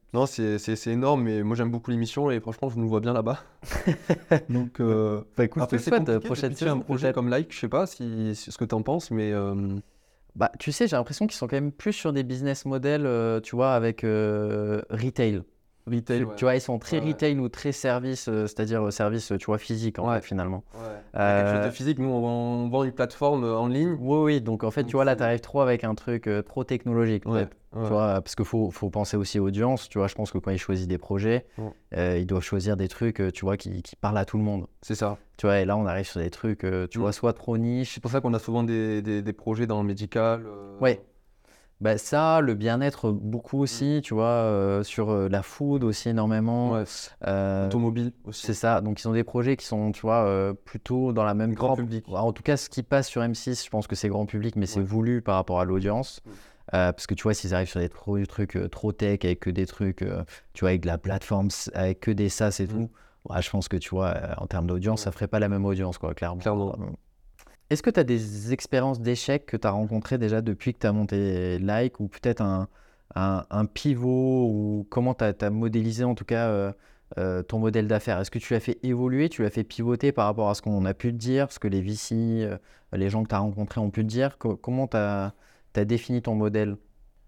Non, c'est, c'est, c'est énorme, mais moi j'aime beaucoup l'émission et franchement, je nous vois bien là-bas. Donc, euh, Bah écoute, après, c'est c'est chouette, compliqué de prochaine pitcher un saison projet peut-être. comme Like, je sais pas si, si- ce que tu en penses, mais euh, Bah, tu sais, j'ai l'impression qu'ils sont quand même plus sur des business models, euh, tu vois, avec euh, retail. retail, Tu, ouais. tu vois, ils sont très Ouais, ouais. retail ou très service, euh, c'est-à-dire euh, service, euh, tu vois, physique en Ouais. fait, finalement. Ouais. Il y a quelque chose de Euh, physique. Nous, on vend, on vend une plateforme euh, en ligne. oui, oui, donc en fait, Donc tu vois, là, c'est- tu arrives trop avec un truc euh, trop technologique, Ouais, peut-être. Tu ouais. vois, parce qu'il faut, faut penser aussi audience. Tu vois, je pense que quand ils choisissent des projets, Ouais. euh, ils doivent choisir des trucs, euh, tu vois, qui, qui parlent à tout le monde. C'est ça. Tu vois, et là, on arrive sur des trucs, euh, tu Mm. vois, soit trop niche. C'est pour ça qu'on a souvent des, des, des projets dans le médical. euh, Ouais, bah ça, le bien-être, beaucoup mm. aussi, tu vois, euh, sur euh, la food aussi énormément. Ouais. Euh, Automobile aussi. c'est ça, donc ils ont des projets qui sont, tu vois, euh, plutôt dans la même Grand trempe. public. En tout cas, ce qui passe sur M six, je pense que c'est grand public, mais c'est Ouais. voulu par rapport à l'audience. Mm. Euh, parce que tu vois, s'ils arrivent sur des tro- trucs euh, trop tech, avec que des trucs, euh, tu vois, avec de la plateforme, s- avec que des SaaS et Mm. tout, ouais, je pense que, tu vois, euh, en termes d'audience, ça Ouais. ferait pas la même audience, quoi, clairement. Clairement. Euh, Est-ce que tu as des expériences d'échecs que tu as rencontrées déjà depuis que tu as monté Like ou peut-être un, un, un pivot ou comment tu as, modélisé en tout cas euh, euh, ton modèle d'affaires? Est-ce que tu l'as fait évoluer, tu l'as fait pivoter par rapport à ce qu'on a pu te dire, ce que les V C, euh, les gens que tu as rencontrés ont pu te dire? Co- comment tu as défini ton modèle?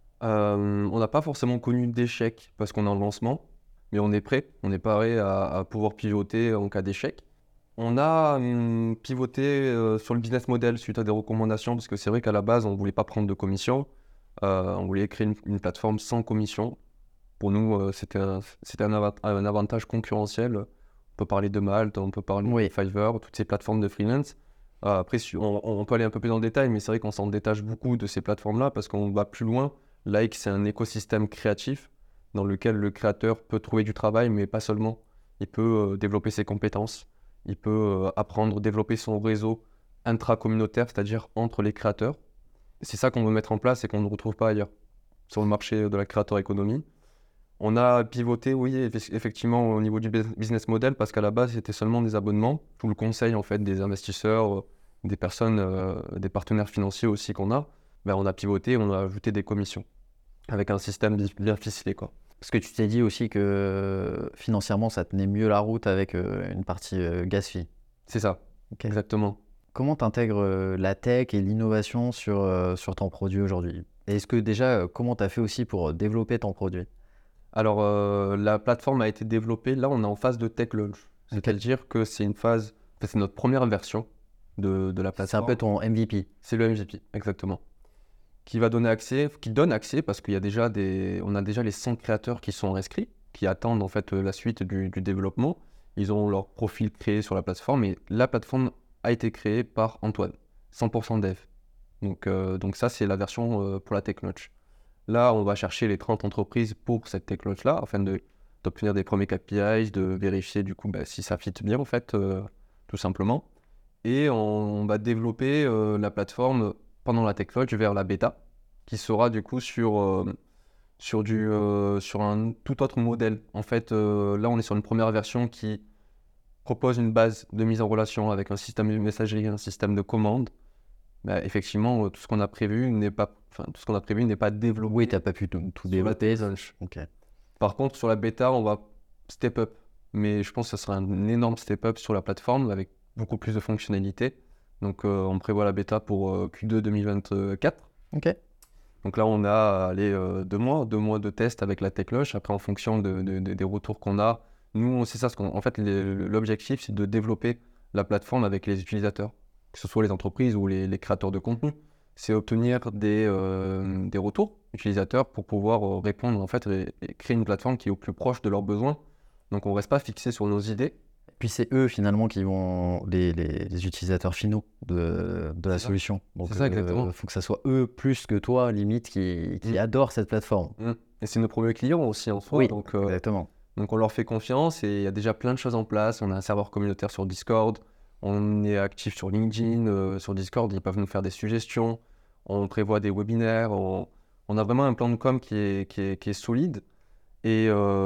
Euh, on n'a pas forcément connu d'échec parce qu'on est en lancement, mais on est prêt. On est paré à, à pouvoir pivoter en cas d'échec. On a hum, pivoté euh, sur le business model suite à des recommandations parce que c'est vrai qu'à la base, on ne voulait pas prendre de commission. Euh, on voulait créer une, une plateforme sans commission. Pour nous, euh, c'était un, c'était un, ava- un avantage concurrentiel. On peut parler de Malte, on peut parler de Oui, Fiverr, toutes ces plateformes de freelance. Euh, après, su- on, on peut aller un peu plus dans le détail, mais c'est vrai qu'on s'en détache beaucoup de ces plateformes-là parce qu'on va plus loin. Like, c'est un écosystème créatif dans lequel le créateur peut trouver du travail, mais pas seulement. Il peut euh, développer ses compétences, il peut euh, apprendre, développer son réseau intra-communautaire, c'est-à-dire entre les créateurs. C'est ça qu'on veut mettre en place et qu'on ne retrouve pas ailleurs sur le marché de la créateur économie. On a pivoté, oui, eff- effectivement, au niveau du bus- business model, parce qu'à la base, c'était seulement des abonnements. Tout le conseil, en fait, des investisseurs, euh, des personnes, euh, des partenaires financiers aussi qu'on a, ben, on a pivoté, on a ajouté des commissions, avec un système bi- bien ficelé, quoi. parce que tu t'es dit aussi que euh, financièrement, ça tenait mieux la route avec euh, une partie euh, gas fee. C'est ça, Ok. exactement. Comment tu intègres la tech et l'innovation sur, euh, sur ton produit aujourd'hui? Et est-ce que déjà, euh, comment tu as fait aussi pour euh, développer ton produit? Alors, euh, la plateforme a été développée, là, on est en phase de tech launch. Ok. C'est-à-dire que c'est une phase, enfin, c'est notre première version de, de la C'est un plateforme. peu ton M V P. C'est le M V P, exactement. Qui va donner accès, qui donne accès parce qu'il y a déjà des, on a déjà les cent créateurs qui sont inscrits, qui attendent en fait euh, la suite du, du développement. Ils ont leur profil créé sur la plateforme et la plateforme a été créée par Antoine, cent pour cent dev. Donc, euh, donc ça, c'est la version euh, pour la Tech Launch. Là, on va chercher les trente entreprises pour cette Tech Launch-là, afin de, d'obtenir des premiers K P Is, de vérifier du coup bah, si ça fit bien en fait, euh, tout simplement. Et on va développer euh, la plateforme pendant la Tech Launch vers la bêta, qui sera du coup sur, euh, sur, du, euh, sur un tout autre modèle. En fait, euh, là, on est sur une première version qui propose une base de mise en relation avec un système de messagerie, un système de commande. Bah, effectivement, euh, tout ce qu'on a prévu n'est pas, enfin, tout ce qu'on a prévu n'est pas développé Oui, tu n'as pas pu tout, tout sur la développer. Tech Launch. Ok. Par contre, sur la bêta, on va step up. Mais je pense que ce sera un énorme step up sur la plateforme avec beaucoup plus de fonctionnalités. Donc, euh, on prévoit la bêta pour euh, Q deux deux mille vingt-quatre. Ok. Donc là, on a allez, euh, deux mois, deux mois de test avec la Tech Launch. Après, en fonction de, de- de- des retours qu'on a, nous, on- c'est ça. Ce qu'on- en fait, les- l'objectif, c'est de développer la plateforme avec les utilisateurs, que ce soit les entreprises ou les, les créateurs de contenu. C'est obtenir des, euh, des retours utilisateurs pour pouvoir euh, répondre en fait et, et créer une plateforme qui est au plus proche de leurs besoins. Donc, on ne reste pas fixé sur nos idées. Puis c'est eux finalement qui vont, les, les- les utilisateurs finaux de, de la C'est ça. solution. Donc C'est ça, exactement. il faut que ça soit eux plus que toi, limite, qui, qui Mm. adorent cette plateforme. Mm. Et c'est nos premiers clients aussi en soi. Oui, Donc, euh, exactement. Donc on leur fait confiance et il y a déjà plein de choses en place. On a un serveur communautaire sur Discord, on est actif sur LinkedIn, euh, sur Discord, ils peuvent nous faire des suggestions, on prévoit des webinaires, on, on a vraiment un plan de com qui est, qui est, qui est solide. Et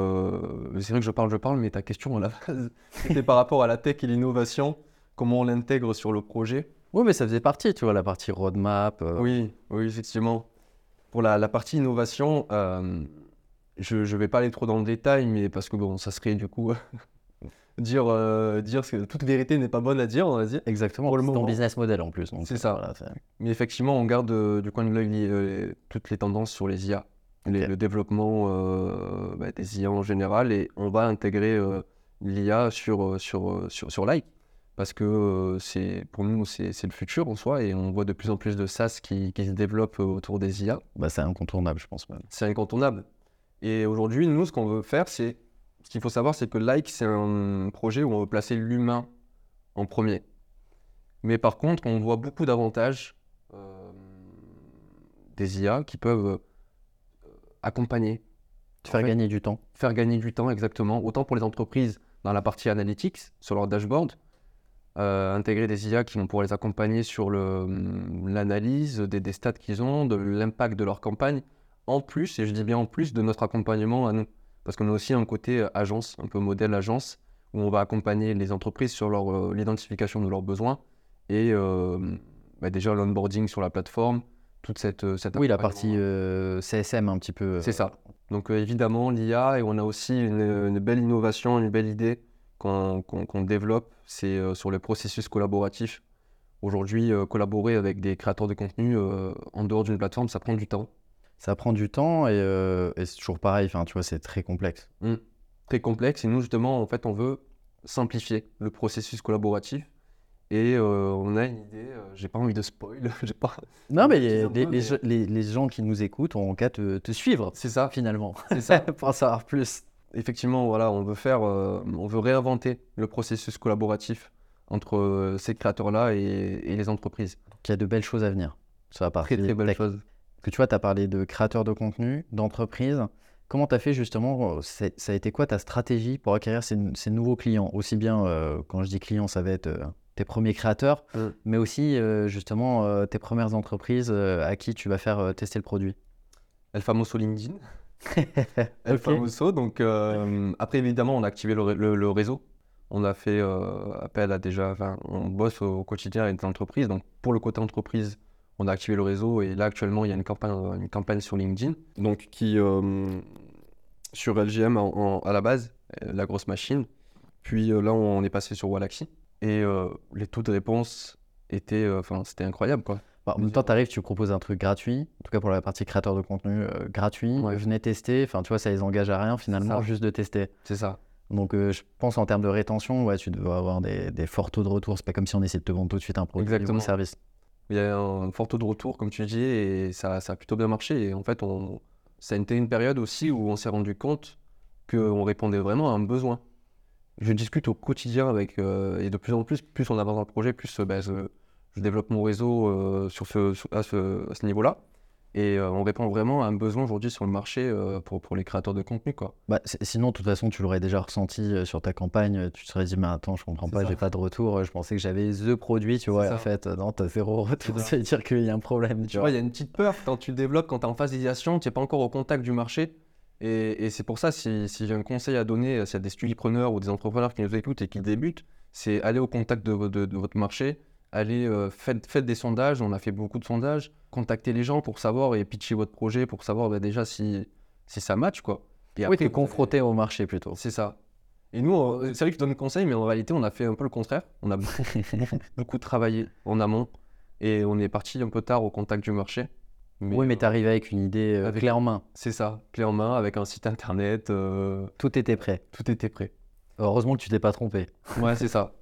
euh, c'est vrai que je parle, je parle, mais ta question à la base, c'était par rapport à la tech et l'innovation, comment on l'intègre sur le projet. Oui, mais ça faisait partie, tu vois, la partie roadmap. euh, Oui, oui, effectivement. Pour la, la partie innovation, euh, je ne vais pas aller trop dans le détail, mais parce que bon, ça serait du coup dire, euh, dire que toute vérité n'est pas bonne à dire, on va dire. Exactement, Pour le c'est ton moment. business model en plus. donc, C'est euh, ça. voilà, c'est- Mais effectivement, on garde euh, du coin de l'œil les- euh, toutes les tendances sur les I A, les- Ok. le développement euh, bah, des I A en général, et on va intégrer euh, l'I A sur, euh, sur, euh, sur, sur Like, parce que euh, c'est, pour nous, c'est c'est le futur en soi, et on voit de plus en plus de SaaS qui, qui se développent euh, autour des I A. Bah, c'est incontournable, je pense même. C'est incontournable. Et aujourd'hui, nous, ce qu'on veut faire, c'est... Ce qu'il faut savoir, c'est que Like, c'est un projet où on veut placer l'humain en premier. Mais par contre, on voit beaucoup d'avantages euh, des I A qui peuvent euh, accompagner, Te en faire fait, gagner du temps. faire gagner du temps exactement, autant pour les entreprises dans la partie analytics, sur leur dashboard, euh, intégrer des I A qui vont pouvoir les accompagner sur le, l'analyse des, des stats qu'ils ont, de l'impact de leur campagne, en plus, et je dis bien en plus, de notre accompagnement à nous. Parce qu'on a aussi un côté euh, agence, un peu modèle agence, où on va accompagner les entreprises sur leur, euh, l'identification de leurs besoins et euh, bah déjà l'onboarding sur la plateforme, toute cette, euh, cet Oui, la accompagnement. partie euh, C S M un petit peu. euh, C'est ça. Donc euh, évidemment l'I A, et on a aussi une, une belle innovation, une belle idée qu'on qu'on- qu'on développe, c'est euh, sur le processus collaboratif. Aujourd'hui, euh, collaborer avec des créateurs de contenu euh, en dehors d'une plateforme, ça prend du temps. Ça prend du temps et, euh, et c'est toujours pareil, enfin, tu vois, c'est très complexe. Mm. Très complexe, et nous justement, en fait, on veut simplifier le processus collaboratif. Et euh, on a une idée, euh, j'ai pas envie de spoil, j'ai pas... Non, mais Tease les, un peu, les, mais- gens- les- les gens qui nous écoutent ont qu'à te, te suivre, C'est ça, finalement, c'est ça. pour en savoir plus. Effectivement, voilà, on veut faire, euh, on veut réinventer le processus collaboratif entre euh, ces créateurs-là et, et les entreprises. Donc, il y a de belles choses à venir sur la partie Très très belle tech. chose. Que tu vois, tu as parlé de créateurs de contenu, d'entreprises. Comment tu as fait justement, euh, c'est- ça a été quoi ta stratégie pour acquérir ces, ces nouveaux clients? Aussi bien, euh, quand je dis clients, ça va être euh, tes premiers créateurs, Mm. mais aussi euh, justement euh, tes premières entreprises euh, à qui tu vas faire euh, tester le produit. El Famoso LinkedIn, El Ok. Famoso. Donc euh, après évidemment, on a activé le, ré- le- le réseau. On a fait euh, appel à déjà, enfin, on bosse au, au quotidien avec des entreprises. Donc pour le côté entreprise, on a activé le réseau, et là actuellement, il y a une campagne, une campagne sur LinkedIn, donc qui euh, sur L G M en- en- à la base, euh, la grosse machine. Puis euh, là, on est passé sur Wallaxy, et euh, les taux de réponse étaient, euh, enfin, c'était incroyable quoi. Bah, en même temps, tu arrives, tu proposes un truc gratuit, en tout cas pour la partie créateur de contenu euh, gratuit. Ouais. Venez tester, enfin tu vois, ça les engage à rien finalement, ça. juste de tester. C'est ça. Donc euh, je pense en termes de rétention, ouais, tu dois avoir des, des forts taux de retour. C'est pas comme si on essayait de te vendre tout de suite un produit ou Exactement. un service. Il y a un fort taux de retour, comme tu dis, et ça, ça a plutôt bien marché. Et en fait, on, ça a été une période aussi où on s'est rendu compte qu'on répondait vraiment à un besoin. Je discute au quotidien avec, euh, et de plus en plus, plus on avance dans le projet, plus euh, bah, je, je développe mon réseau euh, sur ce, sur- à ce, à ce niveau-là. Et euh, on répond vraiment à un besoin aujourd'hui sur le marché euh, pour, pour les créateurs de contenu, quoi. Bah, c- sinon, de toute façon, tu l'aurais déjà ressenti euh, sur ta campagne. euh, Tu te serais dit, mais attends, je comprends C'est pas, ça. j'ai pas de retour. euh, Je pensais que j'avais the produit, tu vois. et ça. En fait, euh, non, t'as zéro retour. ça. Ça veut dire qu'il y a un problème, tu Tu vois. vois, il y a une petite peur quand tu développes, quand tu es en phase d'idéation, tu n'es pas encore au contact du marché. Et, et c'est pour ça, si, si j'ai un conseil à donner, euh, s'il y a des studipreneurs ou des entrepreneurs qui nous écoutent et qui débutent, c'est aller au contact de, vo- de- de votre marché, aller, euh, faites, faites des sondages, on a fait beaucoup de sondages, contactez les gens pour savoir et pitcher votre projet pour savoir bah, déjà si, si ça match, quoi. Et Oui, après, t'es vous confronté au marché plutôt. avez- C'est ça. Et nous, on- c'est vrai que je donne le conseil, mais en réalité, on a fait un peu le contraire. On a beaucoup, beaucoup, beaucoup travaillé en amont, et on est parti un peu tard au contact du marché. Oui, mais euh, t'arrives avec une idée euh, avec- clé en main. c'est ça, clé en main, avec un site internet, euh, Tout était prêt. tout était prêt. Heureusement que tu t'es pas trompé. Ouais, c'est ça.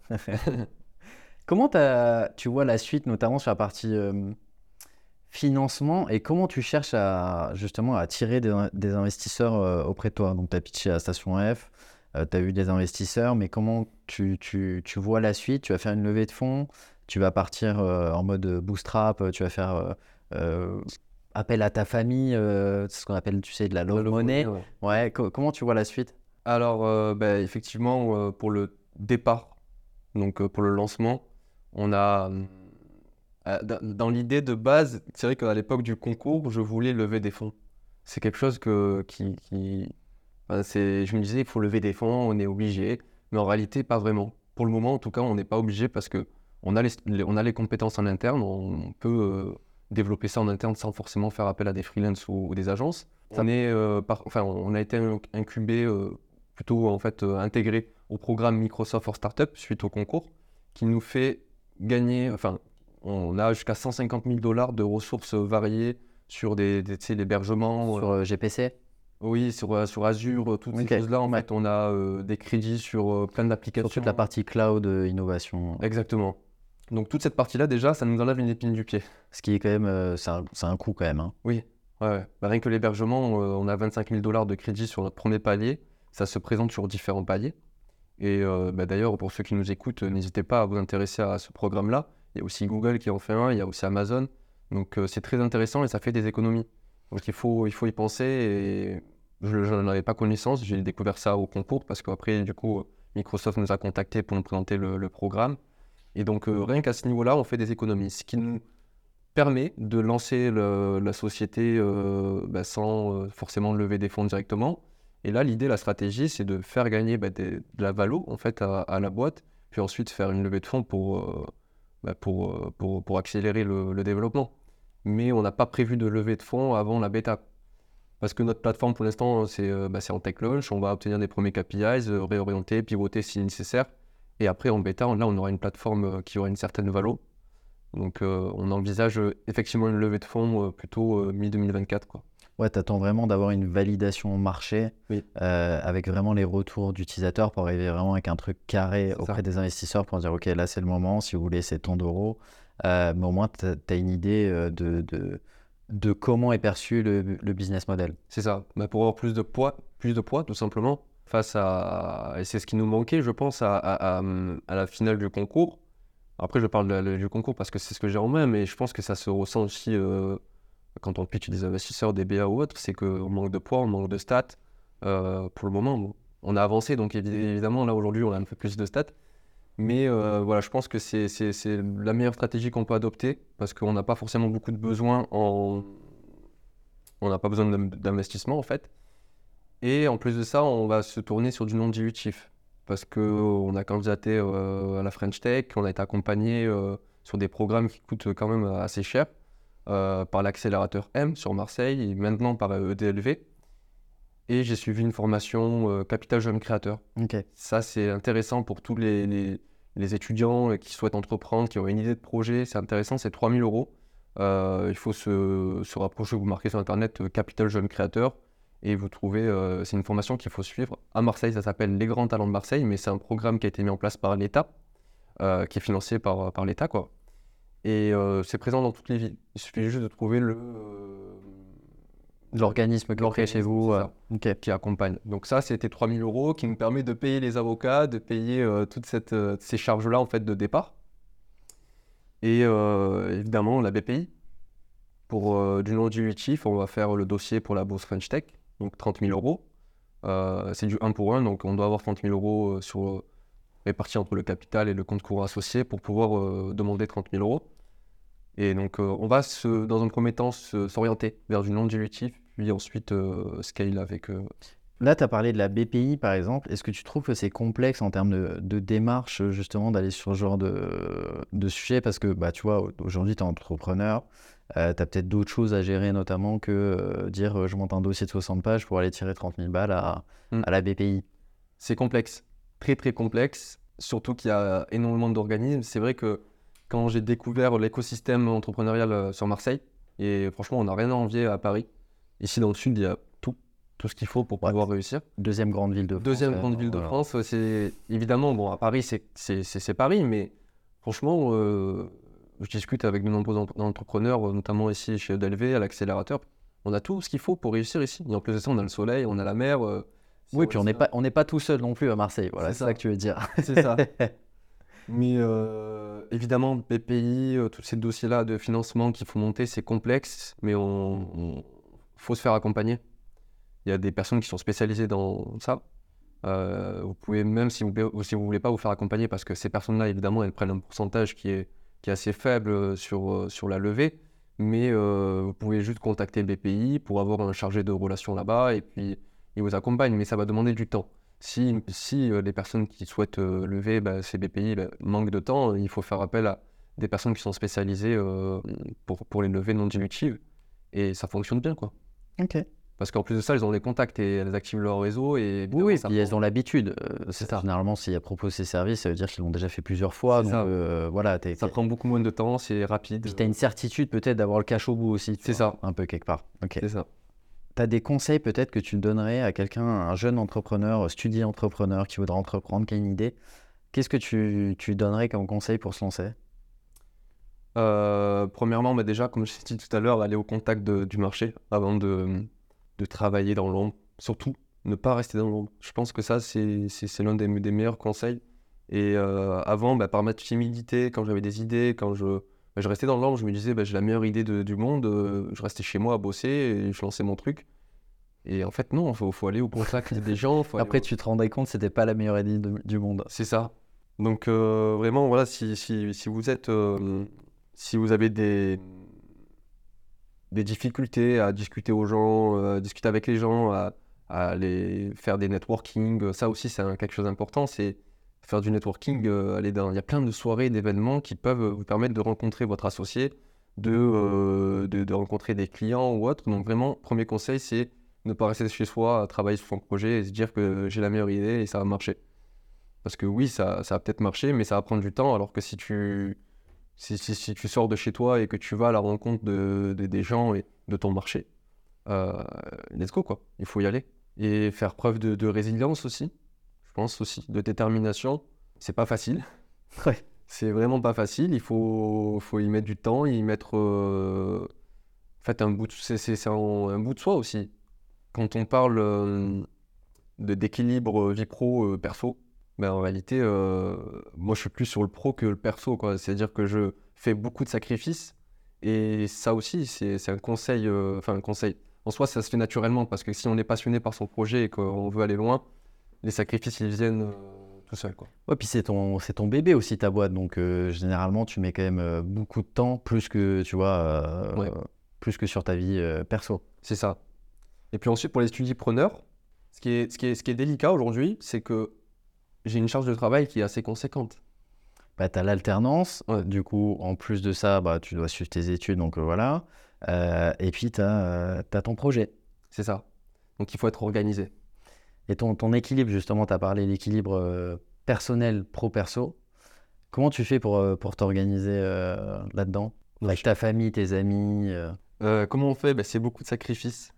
Comment t'as- tu vois la suite, notamment sur la partie euh, financement, et comment tu cherches à justement à attirer des, des investisseurs euh, auprès de toi? Donc, tu as pitché à Station F, tu as eu des investisseurs, mais comment tu, tu- tu vois la suite? Tu vas faire une levée de fonds, tu vas partir euh, en mode bootstrap, euh, tu vas faire euh, euh, appel à ta famille, euh, c'est ce qu'on appelle, tu sais, de la love money. Ouais. Ouais, co- comment tu vois la suite? Alors, euh, bah, effectivement, euh, pour le départ, donc euh, pour le lancement, on a, euh, dans dans l'idée de base, c'est vrai qu'à l'époque du concours, je voulais lever des fonds. C'est quelque chose que, qui, qui- enfin, c'est, je me disais, il faut lever des fonds, on est obligé, mais en réalité, pas vraiment. Pour le moment, en tout cas, on n'est pas obligé parce que on a les, les- on a les compétences en interne, on, on peut euh, développer ça en interne sans forcément faire appel à des freelances ou, ou des agences. On est, euh, par- enfin, on a été in- incubé, euh, plutôt en fait euh, intégré au programme Microsoft for Startup suite au concours, qui nous fait gagner, enfin, on a jusqu'à cent cinquante mille dollars de ressources variées sur des, des, tu sais, l'hébergement. Sur euh, G P C? Oui, sur, euh, sur Azure, euh, toutes Ok, ces choses-là, en ouais. fait, on a euh, des crédits sur euh, plein Sur d'applications. toute la partie cloud euh, innovation. Exactement. Donc toute cette partie-là, déjà, ça nous enlève une épine du pied. Ce qui est quand même, euh, c'est un, c'est un coût quand même. Hein. Oui, ouais, ouais. Bah, rien que l'hébergement, euh, on a vingt-cinq mille dollars de crédit sur notre premier palier. Ça se présente sur différents paliers. Et euh, bah, d'ailleurs, pour ceux qui nous écoutent, euh, n'hésitez pas à vous intéresser à ce programme-là. Il y a aussi Google qui en fait un, il y a aussi Amazon. Donc euh, c'est très intéressant et ça fait des économies. Donc il faut, il faut y penser et je n'en avais pas connaissance. J'ai découvert ça au concours parce qu'après, du coup, Microsoft nous a contactés pour nous présenter le, le programme. Et donc euh, rien qu'à ce niveau-là, on fait des économies. Ce qui nous permet de lancer le- la société euh, bah, sans euh, forcément lever des fonds directement. Et là, l'idée, la stratégie, c'est de faire gagner bah, des- de la valo en fait, à, à la boîte, puis ensuite faire une levée de fonds pour, euh, bah, pour, euh, pour, pour accélérer le, le développement. Mais on n'a pas prévu de lever de fonds avant la bêta. Parce que notre plateforme, pour l'instant, c'est euh, bah, c'est en tech launch. On va obtenir des premiers K P Is, euh, réorienter, pivoter si nécessaire. Et après, en bêta, là, on aura une plateforme euh, qui aura une certaine valo. Donc, euh, on envisage euh, effectivement une levée de fonds euh, plutôt euh, mi deux mille vingt-quatre, quoi. Ouais, tu attends vraiment d'avoir une validation marché Oui. euh, avec vraiment les retours d'utilisateurs pour arriver vraiment avec un truc carré C'est auprès ça. des investisseurs pour dire, OK, là, c'est le moment, si vous voulez, c'est tant d'euros. Euh, mais au moins, tu as une idée euh, de, de, de comment est perçu le, le business model. C'est ça. Bah, pour avoir plus de poids, plus de poids, tout simplement, face à. Et c'est ce qui nous manquait, je pense, à, à- à, à la finale du concours. Après, je parle de la- du concours parce que c'est ce que j'ai en main, mais je pense que ça se ressent aussi euh, quand on pitch des investisseurs, des B A ou autres, c'est qu'on manque de poids, on manque de stats. Euh, pour le moment, bon, on a avancé, donc évi- évidemment, là, aujourd'hui, on a un peu plus de stats. Mais euh, voilà, je pense que c'est c'est- c'est la meilleure stratégie qu'on peut adopter parce qu'on n'a pas forcément beaucoup de besoins en. On n'a pas besoin d'in- d'investissement, en fait. Et en plus de ça, on va se tourner sur du non dilutif parce qu'on a candidaté euh, à la French Tech, on a été accompagné euh, sur des programmes qui coûtent quand même assez cher euh, par l'accélérateur M sur Marseille et maintenant par E D L V. Et j'ai suivi une formation euh, Capital Jeune Créateur. OK. Ça, c'est intéressant pour tous les, les- les étudiants qui souhaitent entreprendre, qui ont une idée de projet. C'est intéressant, c'est trois mille euros. Euh, il faut se, se rapprocher, vous marquez sur Internet euh, Capital Jeune Créateur et vous trouvez, euh, c'est une formation qu'il faut suivre. À Marseille, ça s'appelle Les Grands Talents de Marseille, mais c'est un programme qui a été mis en place par l'État, euh, qui est financé par, par l'État, quoi. Et euh, c'est présent dans toutes les villes. Il suffit juste de trouver le... euh, L'organisme qui est près chez l'organisme, vous. c'est euh, ça, OK. qui accompagne. Donc ça, c'était trois mille euros qui nous permet de payer les avocats, de payer euh, toutes cette, euh, ces charges-là en fait de départ. Et euh, évidemment, la B P I. Pour euh, du non dilutif, on va faire le dossier pour la bourse French Tech, donc trente mille euros. Euh, c'est du un pour un, donc on doit avoir trente mille euros euh, sur, euh, répartis entre le capital et le compte courant associé pour pouvoir euh, demander trente mille euros. Et donc, euh, on va se, dans un premier temps se- s'orienter vers du non dilutif, puis ensuite euh, scale avec. euh, Là, tu as parlé de la B P I, par exemple. Est-ce que tu trouves que c'est complexe en termes de, de démarche, justement, d'aller sur ce genre de, de sujet? Parce que, bah, tu vois, aujourd'hui, tu es entrepreneur, tu as peut-être d'autres choses à gérer, notamment que euh, dire euh, je monte un dossier de soixante pages pour aller tirer trente mille balles à, Mm. à la B P I. C'est complexe, très très complexe, surtout qu'il y a énormément d'organismes. C'est vrai que quand j'ai découvert l'écosystème entrepreneurial euh, sur Marseille, et franchement, on n'a rien à envier à Paris. Ici dans le sud, il y a tout, tout ce qu'il faut pour Ouais. pouvoir réussir. Deuxième grande ville de France. Deuxième euh, grande ville de voilà. France, euh, c'est évidemment, bon, à Paris, c'est- c'est c'est- c'est Paris, mais franchement, euh, je discute avec de nombreux entre- entrepreneurs, euh, notamment ici chez E D L V, à l'accélérateur. On a tout ce qu'il faut pour réussir ici. Et en plus de ça, on a le soleil, on a la mer. euh, si Oui, on puis on laisse n'est un- pas, on n'est pas tout seul non plus à Marseille. Voilà, C'est c'est ça. ça. que tu veux dire. C'est ça. Mais euh, évidemment, B P I, euh, tous ces dossiers-là de financement qu'il faut monter, c'est complexe, mais on, on- faut se faire accompagner. Il y a des personnes qui sont spécialisées dans ça. Euh, vous pouvez même, si vous ne si vous voulez pas vous faire accompagner, parce que ces personnes-là, évidemment, elles prennent un pourcentage qui est, qui est assez faible sur, euh, sur la levée, mais euh, vous pouvez juste contacter B P I pour avoir un chargé de relations là-bas, et puis ils vous accompagnent, mais ça va demander du temps. Si, si euh, les personnes qui souhaitent euh, lever, bah, ces B P I bah, manquent de temps, il faut faire appel à des personnes qui sont spécialisées euh, pour, pour les levées non dilutives, et ça fonctionne bien, quoi. Ok. Parce qu'en plus de ça, elles ont les contacts et elles activent leur réseau. Et Oui, oui, ça puis elles prend- ont l'habitude. Euh, C'est c'est ça. généralement, si elles proposent ces services, ça veut dire qu'ils l'ont déjà fait plusieurs fois. C'est Donc ça. euh, voilà, t'es, Ça t'es- prend beaucoup moins de temps, c'est rapide. puis tu as une certitude peut-être d'avoir le cash au bout aussi, tu C'est vois, ça. un peu quelque part. Ok. C'est ça. Tu as des conseils peut-être que tu donnerais à quelqu'un, un jeune entrepreneur, studi entrepreneur qui voudrait entreprendre, qui a une idée. Qu'est-ce que tu, tu donnerais comme conseil pour se lancer? Euh, premièrement, bah déjà, comme je t'ai dit tout à l'heure, aller au contact de- du marché avant de, de travailler dans l'ombre. Surtout, ne pas rester dans l'ombre. Je pense que ça, c'est c'est- c'est l'un des, des meilleurs conseils. Et euh, avant, bah, par ma timidité, quand j'avais des idées, quand je, bah, je restais dans l'ombre, je me disais, bah, j'ai la meilleure idée de- du monde, euh, je restais chez moi à bosser et je lançais mon truc. Et en fait, non, il faut, faut aller au contact des gens. Faut aller Après, au- tu te rendais compte que c'était pas la meilleure idée de- du monde. C'est ça. Donc euh, vraiment, voilà, si, si, si vous êtes, euh, si vous avez des, des difficultés à discuter aux gens, euh, à discuter avec les gens, à, à aller faire des networking, euh, ça aussi c'est un- quelque chose d'important, c'est faire du networking, euh, aller dans, il y a plein de soirées, d'événements qui peuvent vous permettre de rencontrer votre associé, de, euh, de, de rencontrer des clients ou autres. Donc vraiment, premier conseil, c'est ne pas rester chez soi à travailler sur son projet et se dire que j'ai la meilleure idée et ça va marcher. Parce que oui, ça, ça va peut-être marcher, mais ça va prendre du temps. Alors que si tu, si, si, si tu sors de chez toi et que tu vas à la rencontre de, de- des gens et de ton marché, euh, let's go quoi. Il faut y aller. Et faire preuve de, de résilience aussi, je pense aussi, de détermination. C'est pas facile. Ouais. C'est vraiment pas facile. Il faut, faut y mettre du temps, y mettre euh, en fait un bout de, c'est, c'est- c'est un, un bout de soi aussi. Quand on parle euh, de, d'équilibre vie pro, euh, perso, ben, en réalité, euh, moi je suis plus sur le pro que le perso, quoi. C'est-à-dire que je fais beaucoup de sacrifices et ça aussi, c'est, c'est un conseil, euh, enfin un conseil. En soi, ça se fait naturellement parce que si on est passionné par son projet et qu'on veut aller loin, les sacrifices ils viennent euh, tout seuls, quoi. Ouais, puis c'est ton, c'est ton bébé aussi, ta boîte. Donc, euh, généralement, tu mets quand même euh, beaucoup de temps, plus que, tu vois, euh, Ouais. plus que sur ta vie euh, perso. C'est ça. Et puis ensuite, pour les studipreneurs, ce qui est, ce qui est, ce qui est délicat aujourd'hui, c'est que j'ai une charge de travail qui est assez conséquente. Bah, tu as l'alternance. Ouais. Du coup, en plus de ça, bah, tu dois suivre tes études. Donc, euh, voilà. Euh, et puis, tu as ton projet. C'est ça. Donc il faut être organisé. Et ton, ton équilibre, justement, tu as parlé de l'équilibre euh, personnel, pro-perso. Comment tu fais pour, euh, pour t'organiser euh, là-dedans? Avec ta famille, tes amis euh, Euh, comment on fait? Ben, c'est beaucoup de sacrifices.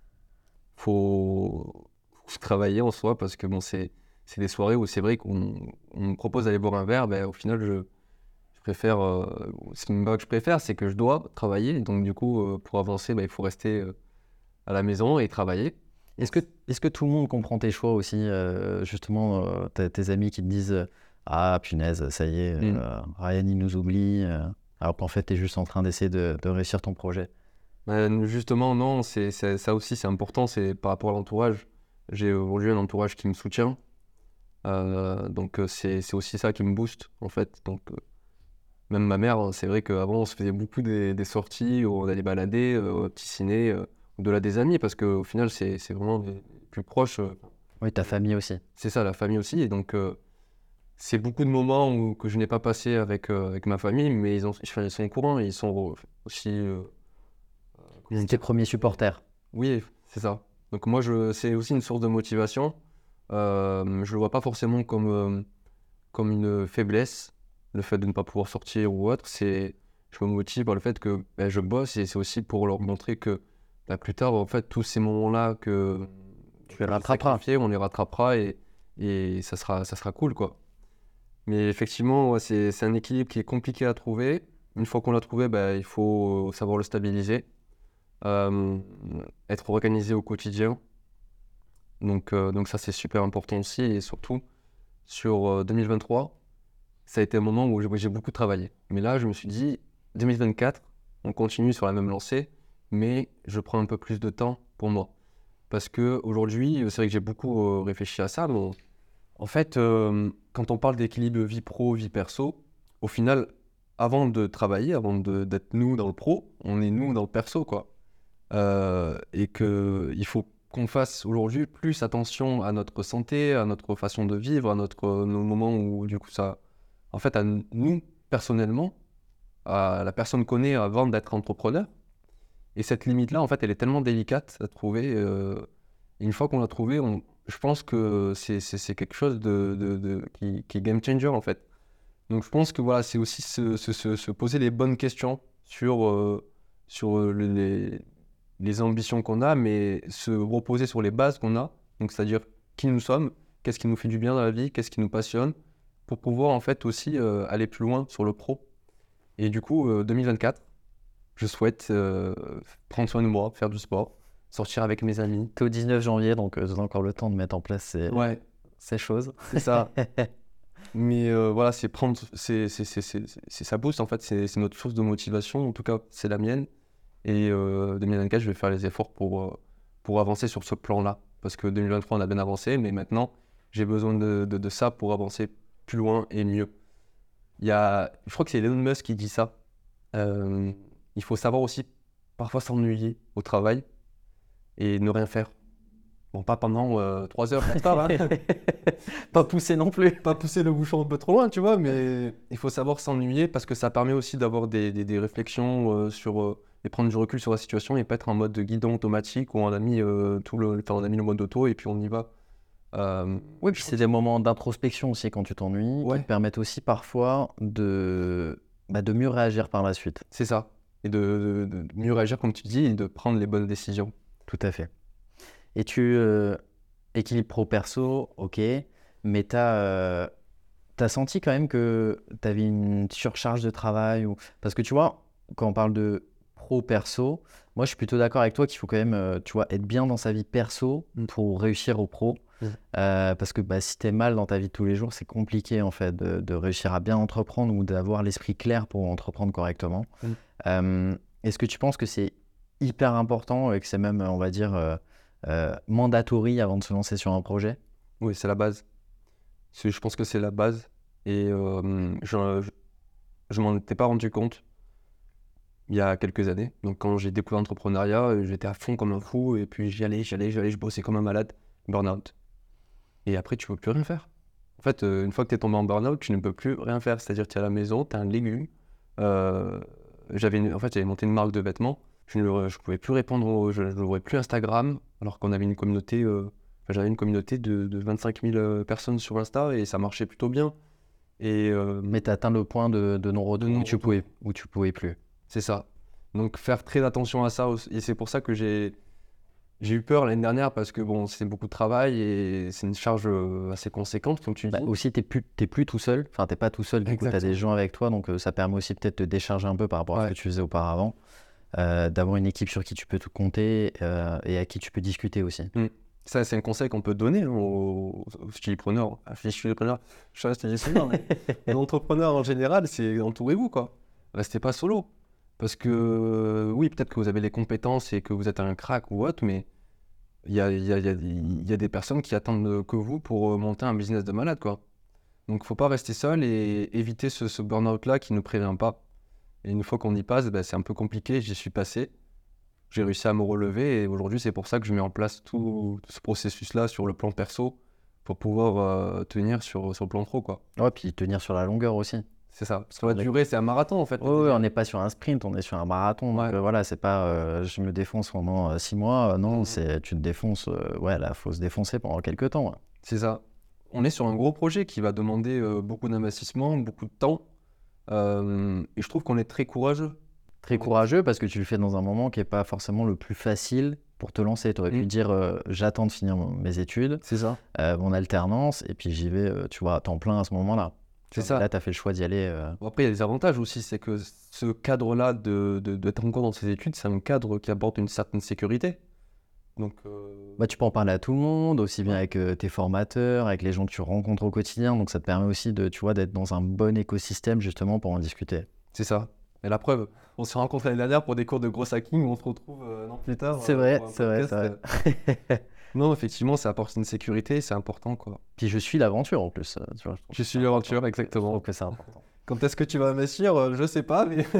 Faut... faut travailler en soi parce que bon, c'est c'est des soirées où c'est vrai qu'on on me propose d'aller boire un verre. Ben, au final, je, je préfère. Euh, ce qui me va que je préfère, c'est que je dois travailler. Donc, du coup, euh, pour avancer, ben, il faut rester euh, à la maison et travailler. Est-ce que, est-ce que tout le monde comprend tes choix aussi? euh, Justement, euh, t'as tes amis qui te disent euh, ah, punaise, ça y est, Mm. euh, Ryan, il nous oublie. euh, alors qu'en fait, tu es juste en train d'essayer de, de réussir ton projet. Ben, justement, non, c'est c'est- ça aussi, c'est important. C'est par rapport à l'entourage. J'ai aujourd'hui un entourage qui me soutient. Euh, donc, euh, c'est c'est aussi ça qui me booste, en fait. Donc, euh, même ma mère, hein, c'est vrai qu'avant, on se faisait beaucoup des, des sorties où on allait balader euh, au petit ciné, euh, au-delà des amis, parce qu'au final, c'est c'est vraiment les plus proches. euh, Oui, ta famille aussi. c'est ça, la famille aussi. Et donc, euh, c'est beaucoup de moments où, que je n'ai pas passé avec, euh, avec ma famille, mais ils, ont, enfin, ils sont au courant et ils sont aussi. euh, comment Ils étaient dire premiers supporters. Oui, c'est ça. Donc, moi, je, c'est aussi une source de motivation. Euh, je le vois pas forcément comme, euh, comme une faiblesse, le fait de ne pas pouvoir sortir ou autre. C'est, je me motive par le fait que ben, je bosse et c'est aussi pour leur montrer que ben, plus tard, en fait, tous ces moments-là que Tu que les j'ai rattraperas. sacrifiés, on les rattrapera et, et ça sera, ça sera cool, quoi. Mais effectivement, ouais, c'est, c'est un équilibre qui est compliqué à trouver. Une fois qu'on l'a trouvé, ben, il faut savoir le stabiliser, euh, être organisé au quotidien. Donc, euh, donc ça, c'est super important aussi. Et surtout, sur euh, deux mille vingt-trois, ça a été un moment où j'ai où j'ai beaucoup travaillé. Mais là, je me suis dit, deux mille vingt-quatre, on continue sur la même lancée, mais je prends un peu plus de temps pour moi. Parce qu'aujourd'hui, c'est vrai que j'ai beaucoup euh, réfléchi à ça, mais en fait, euh, quand on parle d'équilibre vie pro, vie perso, au final, avant de travailler, avant de- d'être nous dans le pro, on est nous dans le perso, quoi. Euh, et qu'il faut qu'on fasse aujourd'hui plus attention à notre santé, à notre façon de vivre, à notre, nos moments où, du coup, ça... En fait, à nous, personnellement, à la personne qu'on est avant d'être entrepreneur, Et cette limite-là, en fait, elle est tellement délicate à trouver. Euh, et une fois qu'on l'a trouvée, on, je pense que c'est, c'est, c'est quelque chose de, de, de- qui, qui est game changer, en fait. Donc je pense que voilà, c'est aussi se, se, se, se poser les bonnes questions sur, euh, sur euh, le- les, les ambitions qu'on a, mais se reposer sur les bases qu'on a. Donc c'est-à-dire qui nous sommes, qu'est-ce qui nous fait du bien dans la vie, qu'est-ce qui nous passionne, pour pouvoir en fait aussi euh, aller plus loin sur le pro. Et du coup, euh, deux mille vingt-quatre, je souhaite euh, prendre soin de moi, faire du sport, sortir avec mes amis. T'es au dix-neuf janvier, donc euh, j'ai encore le temps de mettre en place ces, Ouais, ces choses. c'est ça. Mais euh, voilà, c'est prendre, c'est, c'est, c'est, c'est, c'est ça booste en fait, c'est, c'est notre source de motivation, en tout cas c'est la mienne. Et euh, deux mille vingt-quatre, je vais faire les efforts pour, euh, pour avancer sur ce plan-là. Parce que deux mille vingt-trois, on a bien avancé, mais maintenant, j'ai besoin de, de, de ça pour avancer plus loin et mieux. Il y a, je crois que c'est Elon Musk qui dit ça. Euh, il faut savoir aussi parfois s'ennuyer au travail et ne rien faire. Bon, pas pendant euh, trois heures, pas, hein. Pas poussé non plus. Pas pousser le bouchon un peu trop loin, tu vois, mais il faut savoir s'ennuyer parce que ça permet aussi d'avoir des, des, des réflexions euh, sur, euh, et prendre du recul sur la situation et pas être en mode de guidon automatique où on a mis, euh, tout le, enfin, on a mis le mode auto et puis on y va. Euh, Oui, puis c'est des moments d'introspection aussi quand tu t'ennuies, Ouais. qui te permettent aussi parfois de, bah, de mieux réagir par la suite. C'est ça. Et de, de, de mieux réagir, comme tu dis, et de prendre les bonnes décisions. Tout à fait. Et tu euh, équilibre pro-perso, ok, mais tu as senti quand même que tu avais une surcharge de travail ou... Parce que tu vois, quand on parle de pro-perso, moi je suis plutôt d'accord avec toi qu'il faut quand même euh, tu vois, être bien dans sa vie perso Mm. pour réussir au pro. Mm. Euh, parce que bah, si tu es mal dans ta vie de tous les jours, c'est compliqué en fait de, de réussir à bien entreprendre ou d'avoir l'esprit clair pour entreprendre correctement. Mm. Euh, Est-ce que tu penses que c'est hyper important et que c'est même, on va dire, euh, euh, mandatory avant de se lancer sur un projet? Oui, c'est la base. C'est- Je pense que c'est la base. Et euh, je, je, je m'en étais pas rendu compte il y a quelques années. Donc quand j'ai découvert l'entrepreneuriat, euh, j'étais à fond comme un fou et puis j'y allais, j'y allais, j'y allais, je bossais comme un malade, burn-out. Et après, tu peux plus rien faire. En fait, euh, une fois que tu es tombé en burn-out, tu ne peux plus rien faire. C'est-à-dire, tu es à la maison, tu es un légume. Euh, j'avais une- en fait, j'avais monté une marque de vêtements. Je ne je pouvais plus répondre, aux- je n'ouvrais plus Instagram, alors qu'on avait une communauté, euh, enfin, j'avais une communauté de, de vingt-cinq mille euh, personnes sur Insta et ça marchait plutôt bien. Et euh, Mais tu as atteint le point de, de non-retour De où tu non-retour. pouvais, où tu pouvais plus. c'est ça. Donc, faire très attention à ça aussi. Et c'est pour ça que j'ai j'ai eu peur l'année dernière parce que bon, c'est beaucoup de travail et c'est une charge euh, assez conséquente, comme tu dis. Bah, aussi, tu n'es plus, t'es plus tout seul. Enfin, tu n'es pas tout seul. Du coup, tu as Exactement. des gens avec toi. Donc, euh, ça permet aussi peut-être de te décharger un peu par rapport à ce Ouais. que tu faisais auparavant. Euh, d'avoir une équipe sur qui tu peux tout compter euh, et à qui tu peux discuter aussi. Ça, c'est un conseil qu'on peut donner hein, aux, aux stylipreneurs. Ah, je suis stylipreneur, je suis un stylipreneur, mais les entrepreneurs en général, c'est entourez-vous, quoi. Restez pas solo. Parce que, euh, oui, peut-être que vous avez les compétences et que vous êtes un crack ou autre, mais il y a, il y a- il y a- il y a des personnes qui attendent que vous pour euh, monter un business de malade, quoi. Donc, faut pas rester seul et éviter ce, ce burn-out-là qui ne prévient pas. Et une fois qu'on y passe, ben, c'est un peu compliqué, j'y suis passé. J'ai réussi à me relever et aujourd'hui, c'est pour ça que je mets en place tout ce processus-là sur le plan perso pour pouvoir euh, tenir sur, sur le plan pro, quoi. Ouais, puis tenir sur la longueur aussi. C'est ça. Parce que la D'accord. durée, c'est un marathon, en fait. Oui, on n'est pas sur un sprint, on est sur un marathon. Donc Ouais. euh, voilà, c'est pas euh, je me défonce pendant euh, six mois. Euh, non, Mhm. c'est tu te défonces. euh, ouais, là, faut se défoncer pendant quelques temps. Ouais. C'est ça. On est sur un gros projet qui va demander euh, beaucoup d'investissement, beaucoup de temps. Euh, et je trouve qu'on est très courageux. Très courageux parce que tu le fais dans un moment qui n'est pas forcément le plus facile pour te lancer. Tu aurais pu Mm. dire euh, j'attends de finir mon- mes études, C'est ça. euh, mon alternance, et puis j'y vais, euh, tu vois, à temps plein à ce moment-là. C'est ça. Là, tu as fait le choix d'y aller. euh, Bon, après, il y a des avantages aussi. C'est que ce cadre-là de, de, d'être encore dans ses études, c'est un cadre qui apporte une certaine sécurité. Donc, euh, Bah, tu peux en parler à tout le monde, aussi bien Ouais. avec euh, tes formateurs, avec les gens que tu rencontres au quotidien. Donc ça te permet aussi de, tu vois, d'être dans un bon écosystème justement pour en discuter. c'est ça. Et la preuve, on s'est rencontrés l'année dernière pour des cours de gros hacking où on se retrouve euh, un an plus tard. C'est euh, vrai, pour un c'est vrai, podcast. c'est Non, effectivement, ça apporte une sécurité, c'est important, quoi. Puis je suis l'aventure en plus. euh, Tu vois, trouve Je que suis c'est l'aventure, important. exactement. Je trouve que c'est important. Quand est-ce que tu vas investir euh, Je sais pas, mais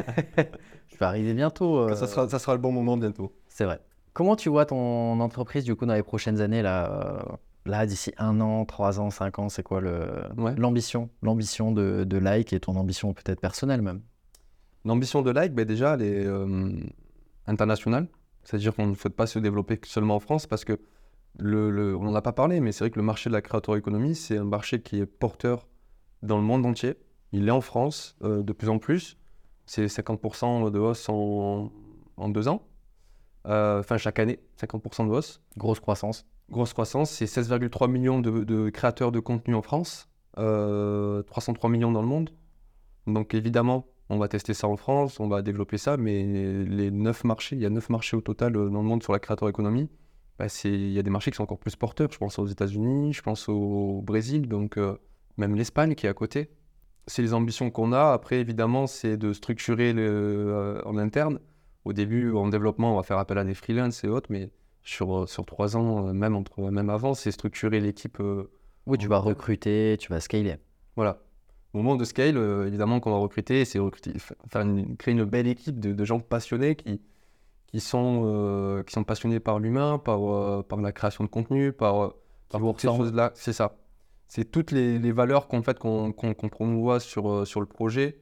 Je vais arriver bientôt. euh, ça sera, ça sera le bon moment bientôt. C'est vrai. Comment tu vois ton entreprise du coup dans les prochaines années là, euh, là d'ici un an, trois ans, cinq ans, c'est quoi le Ouais. l'ambition, l'ambition de, de Like et ton ambition peut-être personnelle même. L'ambition de Like, bah, déjà, elle est euh, international. C'est-à-dire qu'on ne souhaite pas se développer seulement en France parce que, le, le, on n'en a pas parlé, mais c'est vrai que le marché de la creator economy, c'est un marché qui est porteur dans le monde entier. Il est en France euh, de plus en plus. C'est cinquante pour cent de hausse en, en deux ans. Euh, enfin, chaque année, cinquante pour cent de hausse. Grosse croissance. Grosse croissance, c'est seize virgule trois millions de, de créateurs de contenu en France, euh, trois cent trois millions dans le monde. Donc évidemment, on va tester ça en France, on va développer ça, mais les neuf marchés, il y a neuf marchés au total dans le monde sur la creator economy. Bah, c'est, il y a des marchés qui sont encore plus porteurs. Je pense aux États-Unis, je pense au Brésil, donc euh, même l'Espagne qui est à côté. C'est les ambitions qu'on a. Après, évidemment, c'est de structurer le, euh, en interne. Au début, en développement, on va faire appel à des freelances et autres, mais sur, sur trois ans, même, entre, même avant, c'est structurer l'équipe. Euh, oui, tu vas recruter, tu vas scaler. Voilà. Au moment de scale, euh, évidemment, qu'on va recruter, c'est recruter, faire une, créer une belle équipe de, de gens passionnés qui, qui, sont, euh, qui sont passionnés par l'humain, par, euh, par la création de contenu, par, par ces choses-là. C'est ça. C'est toutes les, les valeurs qu'en fait, qu'on, qu'on, qu'on promouvoit sur, euh, sur le projet.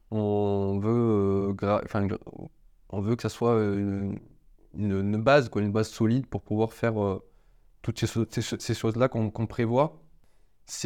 On veut, euh, gra- on veut que ça soit une, une, une base, quoi, une base solide pour pouvoir faire euh, toutes ces, ces, ces choses-là qu'on, qu'on prévoit. C'est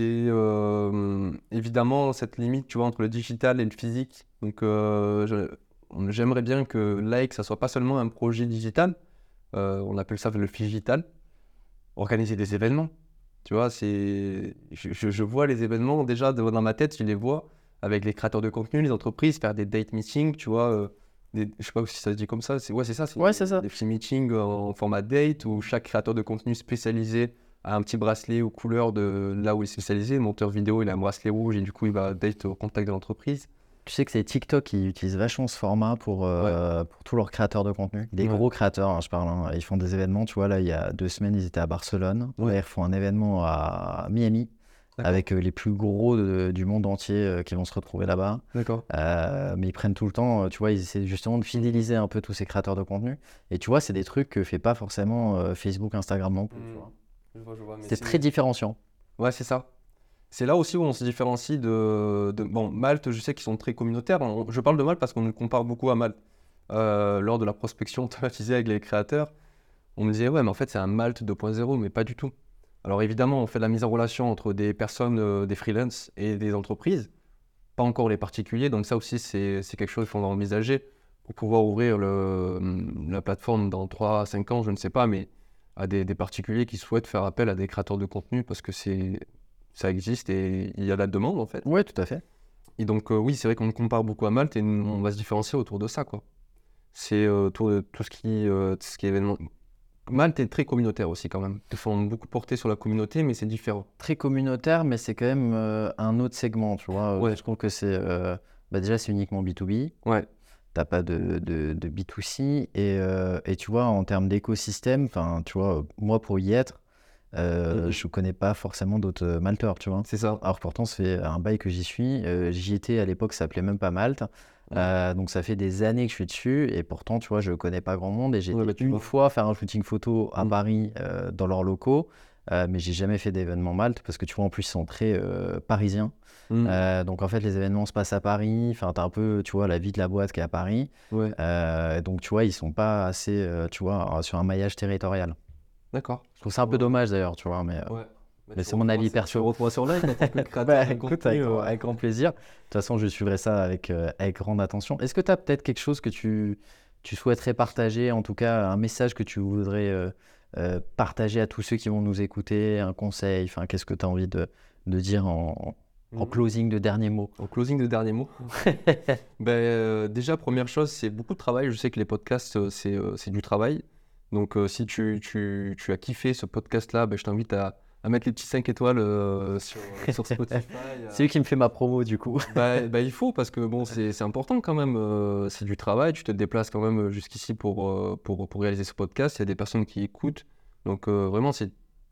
euh, évidemment cette limite, tu vois, entre le digital et le physique. Donc, euh, je, j'aimerais bien que Like, ça soit pas seulement un projet digital. Euh, on appelle ça le phygital. Organiser des événements. Tu vois, c'est, je, je, je vois les événements déjà dans ma tête, je les vois avec les créateurs de contenu, les entreprises, faire des date meetings, tu vois. Euh, des, je sais pas si ça se dit comme ça. C'est, ouais, c'est ça. C'est, ouais, c'est ça. Des petits meetings en format date où chaque créateur de contenu spécialisé a un petit bracelet aux couleurs de là où il est spécialisé. Le monteur vidéo, il a un bracelet rouge et du coup, il va date au contact de l'entreprise. Tu sais que c'est TikTok qui utilise vachement ce format pour, euh, ouais. pour tous leurs créateurs de contenu. Des ouais. gros créateurs, hein, je parle. Hein. Ils font des événements. Tu vois, là, il y a deux semaines, ils étaient à Barcelone. Ouais. Là, ils font un événement à Miami. D'accord. Avec euh, les plus gros de, du monde entier euh, qui vont se retrouver là-bas. D'accord. Euh, mais ils prennent tout le temps, tu vois, ils essaient justement de fidéliser un peu tous ces créateurs de contenu. Et tu vois, c'est des trucs que fait pas forcément euh, Facebook, Instagram non plus. Mmh. Tu vois. Je vois, je vois, c'est, c'est très différenciant. Ouais, c'est ça. C'est là aussi où on se différencie de, de... Bon, Malte, je sais qu'ils sont très communautaires. On... Je parle de Malte parce qu'on nous compare beaucoup à Malte. Euh, lors de la prospection automatisée avec les créateurs, on me disait, ouais, mais en fait, c'est un Malte deux point zéro, mais pas du tout. Alors évidemment, on fait la mise en relation entre des personnes, euh, des freelances et des entreprises, pas encore les particuliers. Donc ça aussi, c'est, c'est quelque chose qu'il faut envisager pour pouvoir ouvrir le, la plateforme dans trois à cinq ans, je ne sais pas, mais à des, des particuliers qui souhaitent faire appel à des créateurs de contenu parce que c'est... ça existe et il y a la demande en fait. Oui, tout à fait. Et donc euh, oui, c'est vrai qu'on compare beaucoup à Malte et on va se différencier autour de ça, quoi. C'est euh, tout, tout, ce qui, euh, tout ce qui est événement. Malte est très communautaire aussi quand même. Ils font beaucoup porter sur la communauté, mais c'est différent. Très communautaire, mais c'est quand même euh, un autre segment, tu vois. Ouais. Je trouve que c'est... Euh, bah déjà, c'est uniquement B deux B. Ouais. T'as pas de, de, de B deux C. Et, euh, et tu vois, en termes d'écosystème, tu vois, moi, pour y être, Euh, mmh. je connais pas forcément d'autres malteurs, tu vois. C'est ça. Alors pourtant, ça fait un bail que j'y suis. Euh, j'y étais à l'époque, ça s'appelait même pas Malte. Mmh. Euh, donc ça fait des années que je suis dessus. Et pourtant, tu vois, je connais pas grand monde. Et j'ai ouais, été une vois. fois faire un shooting photo à mmh. Paris euh, dans leurs locaux. Euh, mais j'ai jamais fait d'événement Malte parce que tu vois, en plus, ils sont très euh, parisiens. Mmh. Euh, donc en fait, les événements se passent à Paris. Enfin, t'as un peu, tu vois, la vie de la boîte qui est à Paris. Ouais. Euh, donc tu vois, ils sont pas assez, euh, tu vois, sur un maillage territorial. D'accord. Je trouve ça un peu ouais. dommage d'ailleurs, tu vois, mais, ouais. mais, mais c'est mon avis perso. Tu retrouves sur Like, bah, écoute, avec, euh... avec grand plaisir. De toute façon, je suivrai ça avec, euh, avec grande attention. Est-ce que tu as peut-être quelque chose que tu, tu souhaiterais partager, en tout cas un message que tu voudrais euh, euh, partager à tous ceux qui vont nous écouter, un conseil, enfin, qu'est-ce que tu as envie de, de dire en, en mmh. closing de dernier mot? En closing de dernier mot ben, euh, déjà, première chose, c'est beaucoup de travail. Je sais que les podcasts, c'est, euh, c'est du travail. Donc, euh, si tu, tu, tu as kiffé ce podcast-là, ben, je t'invite à, à mettre les petits cinq étoiles euh, sur, sur Spotify. C'est lui qui me fait ma promo, du coup. bah, bah, il faut, parce que bon, c'est, c'est important quand même. Euh, c'est du travail. Tu te déplaces quand même jusqu'ici pour, euh, pour, pour réaliser ce podcast. Il y a des personnes qui écoutent. Donc, euh, vraiment, c'est,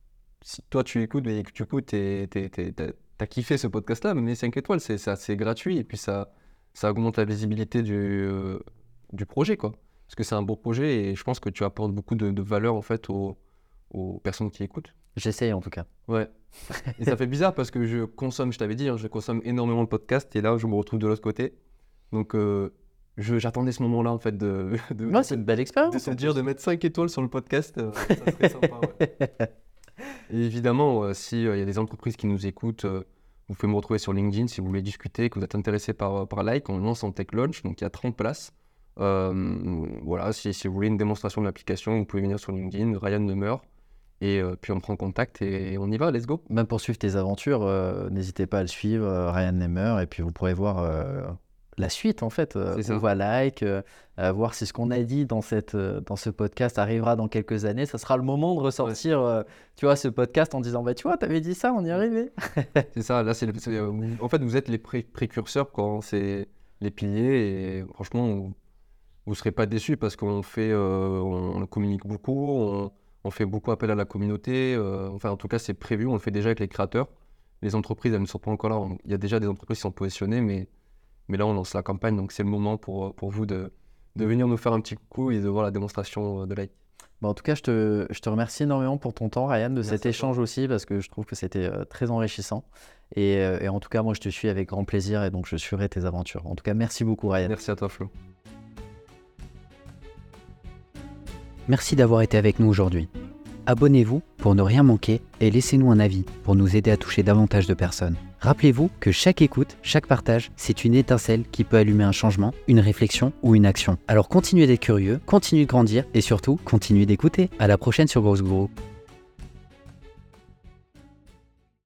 si toi, tu écoutes et que tu écoutes et tu as kiffé ce podcast-là, mais les cinq étoiles, c'est, c'est assez gratuit. Et puis, ça, ça augmente la visibilité du, euh, du projet, quoi. Parce que c'est un beau projet et je pense que tu apportes beaucoup de, de valeur en fait aux, aux personnes qui écoutent. J'essaye en tout cas. Ouais. Et ça fait bizarre parce que je consomme, je t'avais dit, hein, je consomme énormément de podcasts et là je me retrouve de l'autre côté. Donc euh, je, j'attendais ce moment-là, en fait, de, de, Ouais, c'est une belle de expérience. se en dire, plus. de mettre cinq étoiles sur le podcast. euh, ça serait sympa, ouais. Et évidemment, euh, s'il y a des entreprises qui nous écoutent, euh, vous pouvez me retrouver sur LinkedIn si vous voulez discuter, que vous êtes intéressé par, par Like. On lance en Tech Launch, donc il y a trente places. Euh, voilà, si, si vous voulez une démonstration de l'application, vous pouvez venir sur LinkedIn, Ryan Neumer, et euh, puis on prend contact et, et on y va, let's go. Même pour suivre tes aventures, euh, n'hésitez pas à le suivre, euh, Ryan Nemer, et puis vous pourrez voir euh, la suite en fait. Euh, C'est ça. on va like, euh, euh, voir si ce qu'on a dit dans, cette, euh, dans ce podcast arrivera dans quelques années. Ça sera le moment de ressortir euh, tu vois, ce podcast en disant bah, tu vois, t'avais dit ça, on y est arrivé. C'est ça, là, c'est, le- c'est, euh, vous- en fait, vous êtes les pré- précurseurs quand c'est les piliers, et franchement, vous ne serez pas déçus parce qu'on fait, euh, on, on communique beaucoup, on, on fait beaucoup appel à la communauté. euh, enfin, en tout cas, c'est prévu, on le fait déjà avec les créateurs. Les entreprises, elles ne sont pas encore là. On- Il y a déjà des entreprises qui sont positionnées, mais, mais là, on lance la campagne, donc c'est le moment pour, pour vous de, de venir nous faire un petit coucou et de voir la démonstration euh, de Like. Bon, en tout cas, je te, je te remercie énormément pour ton temps, Ryan, de Merci cet à toi. échange aussi, parce que je trouve que c'était euh, très enrichissant. Et, euh, et en tout cas, moi, je te suis avec grand plaisir et donc je suivrai tes aventures. En tout cas, merci beaucoup, Ryan. Merci à toi, Flo. Merci d'avoir été avec nous aujourd'hui. Abonnez-vous pour ne rien manquer et laissez-nous un avis pour nous aider à toucher davantage de personnes. Rappelez-vous que chaque écoute, chaque partage, c'est une étincelle qui peut allumer un changement, une réflexion ou une action. Alors continuez d'être curieux, continuez de grandir et surtout, continuez d'écouter. À la prochaine sur Grosse Guru.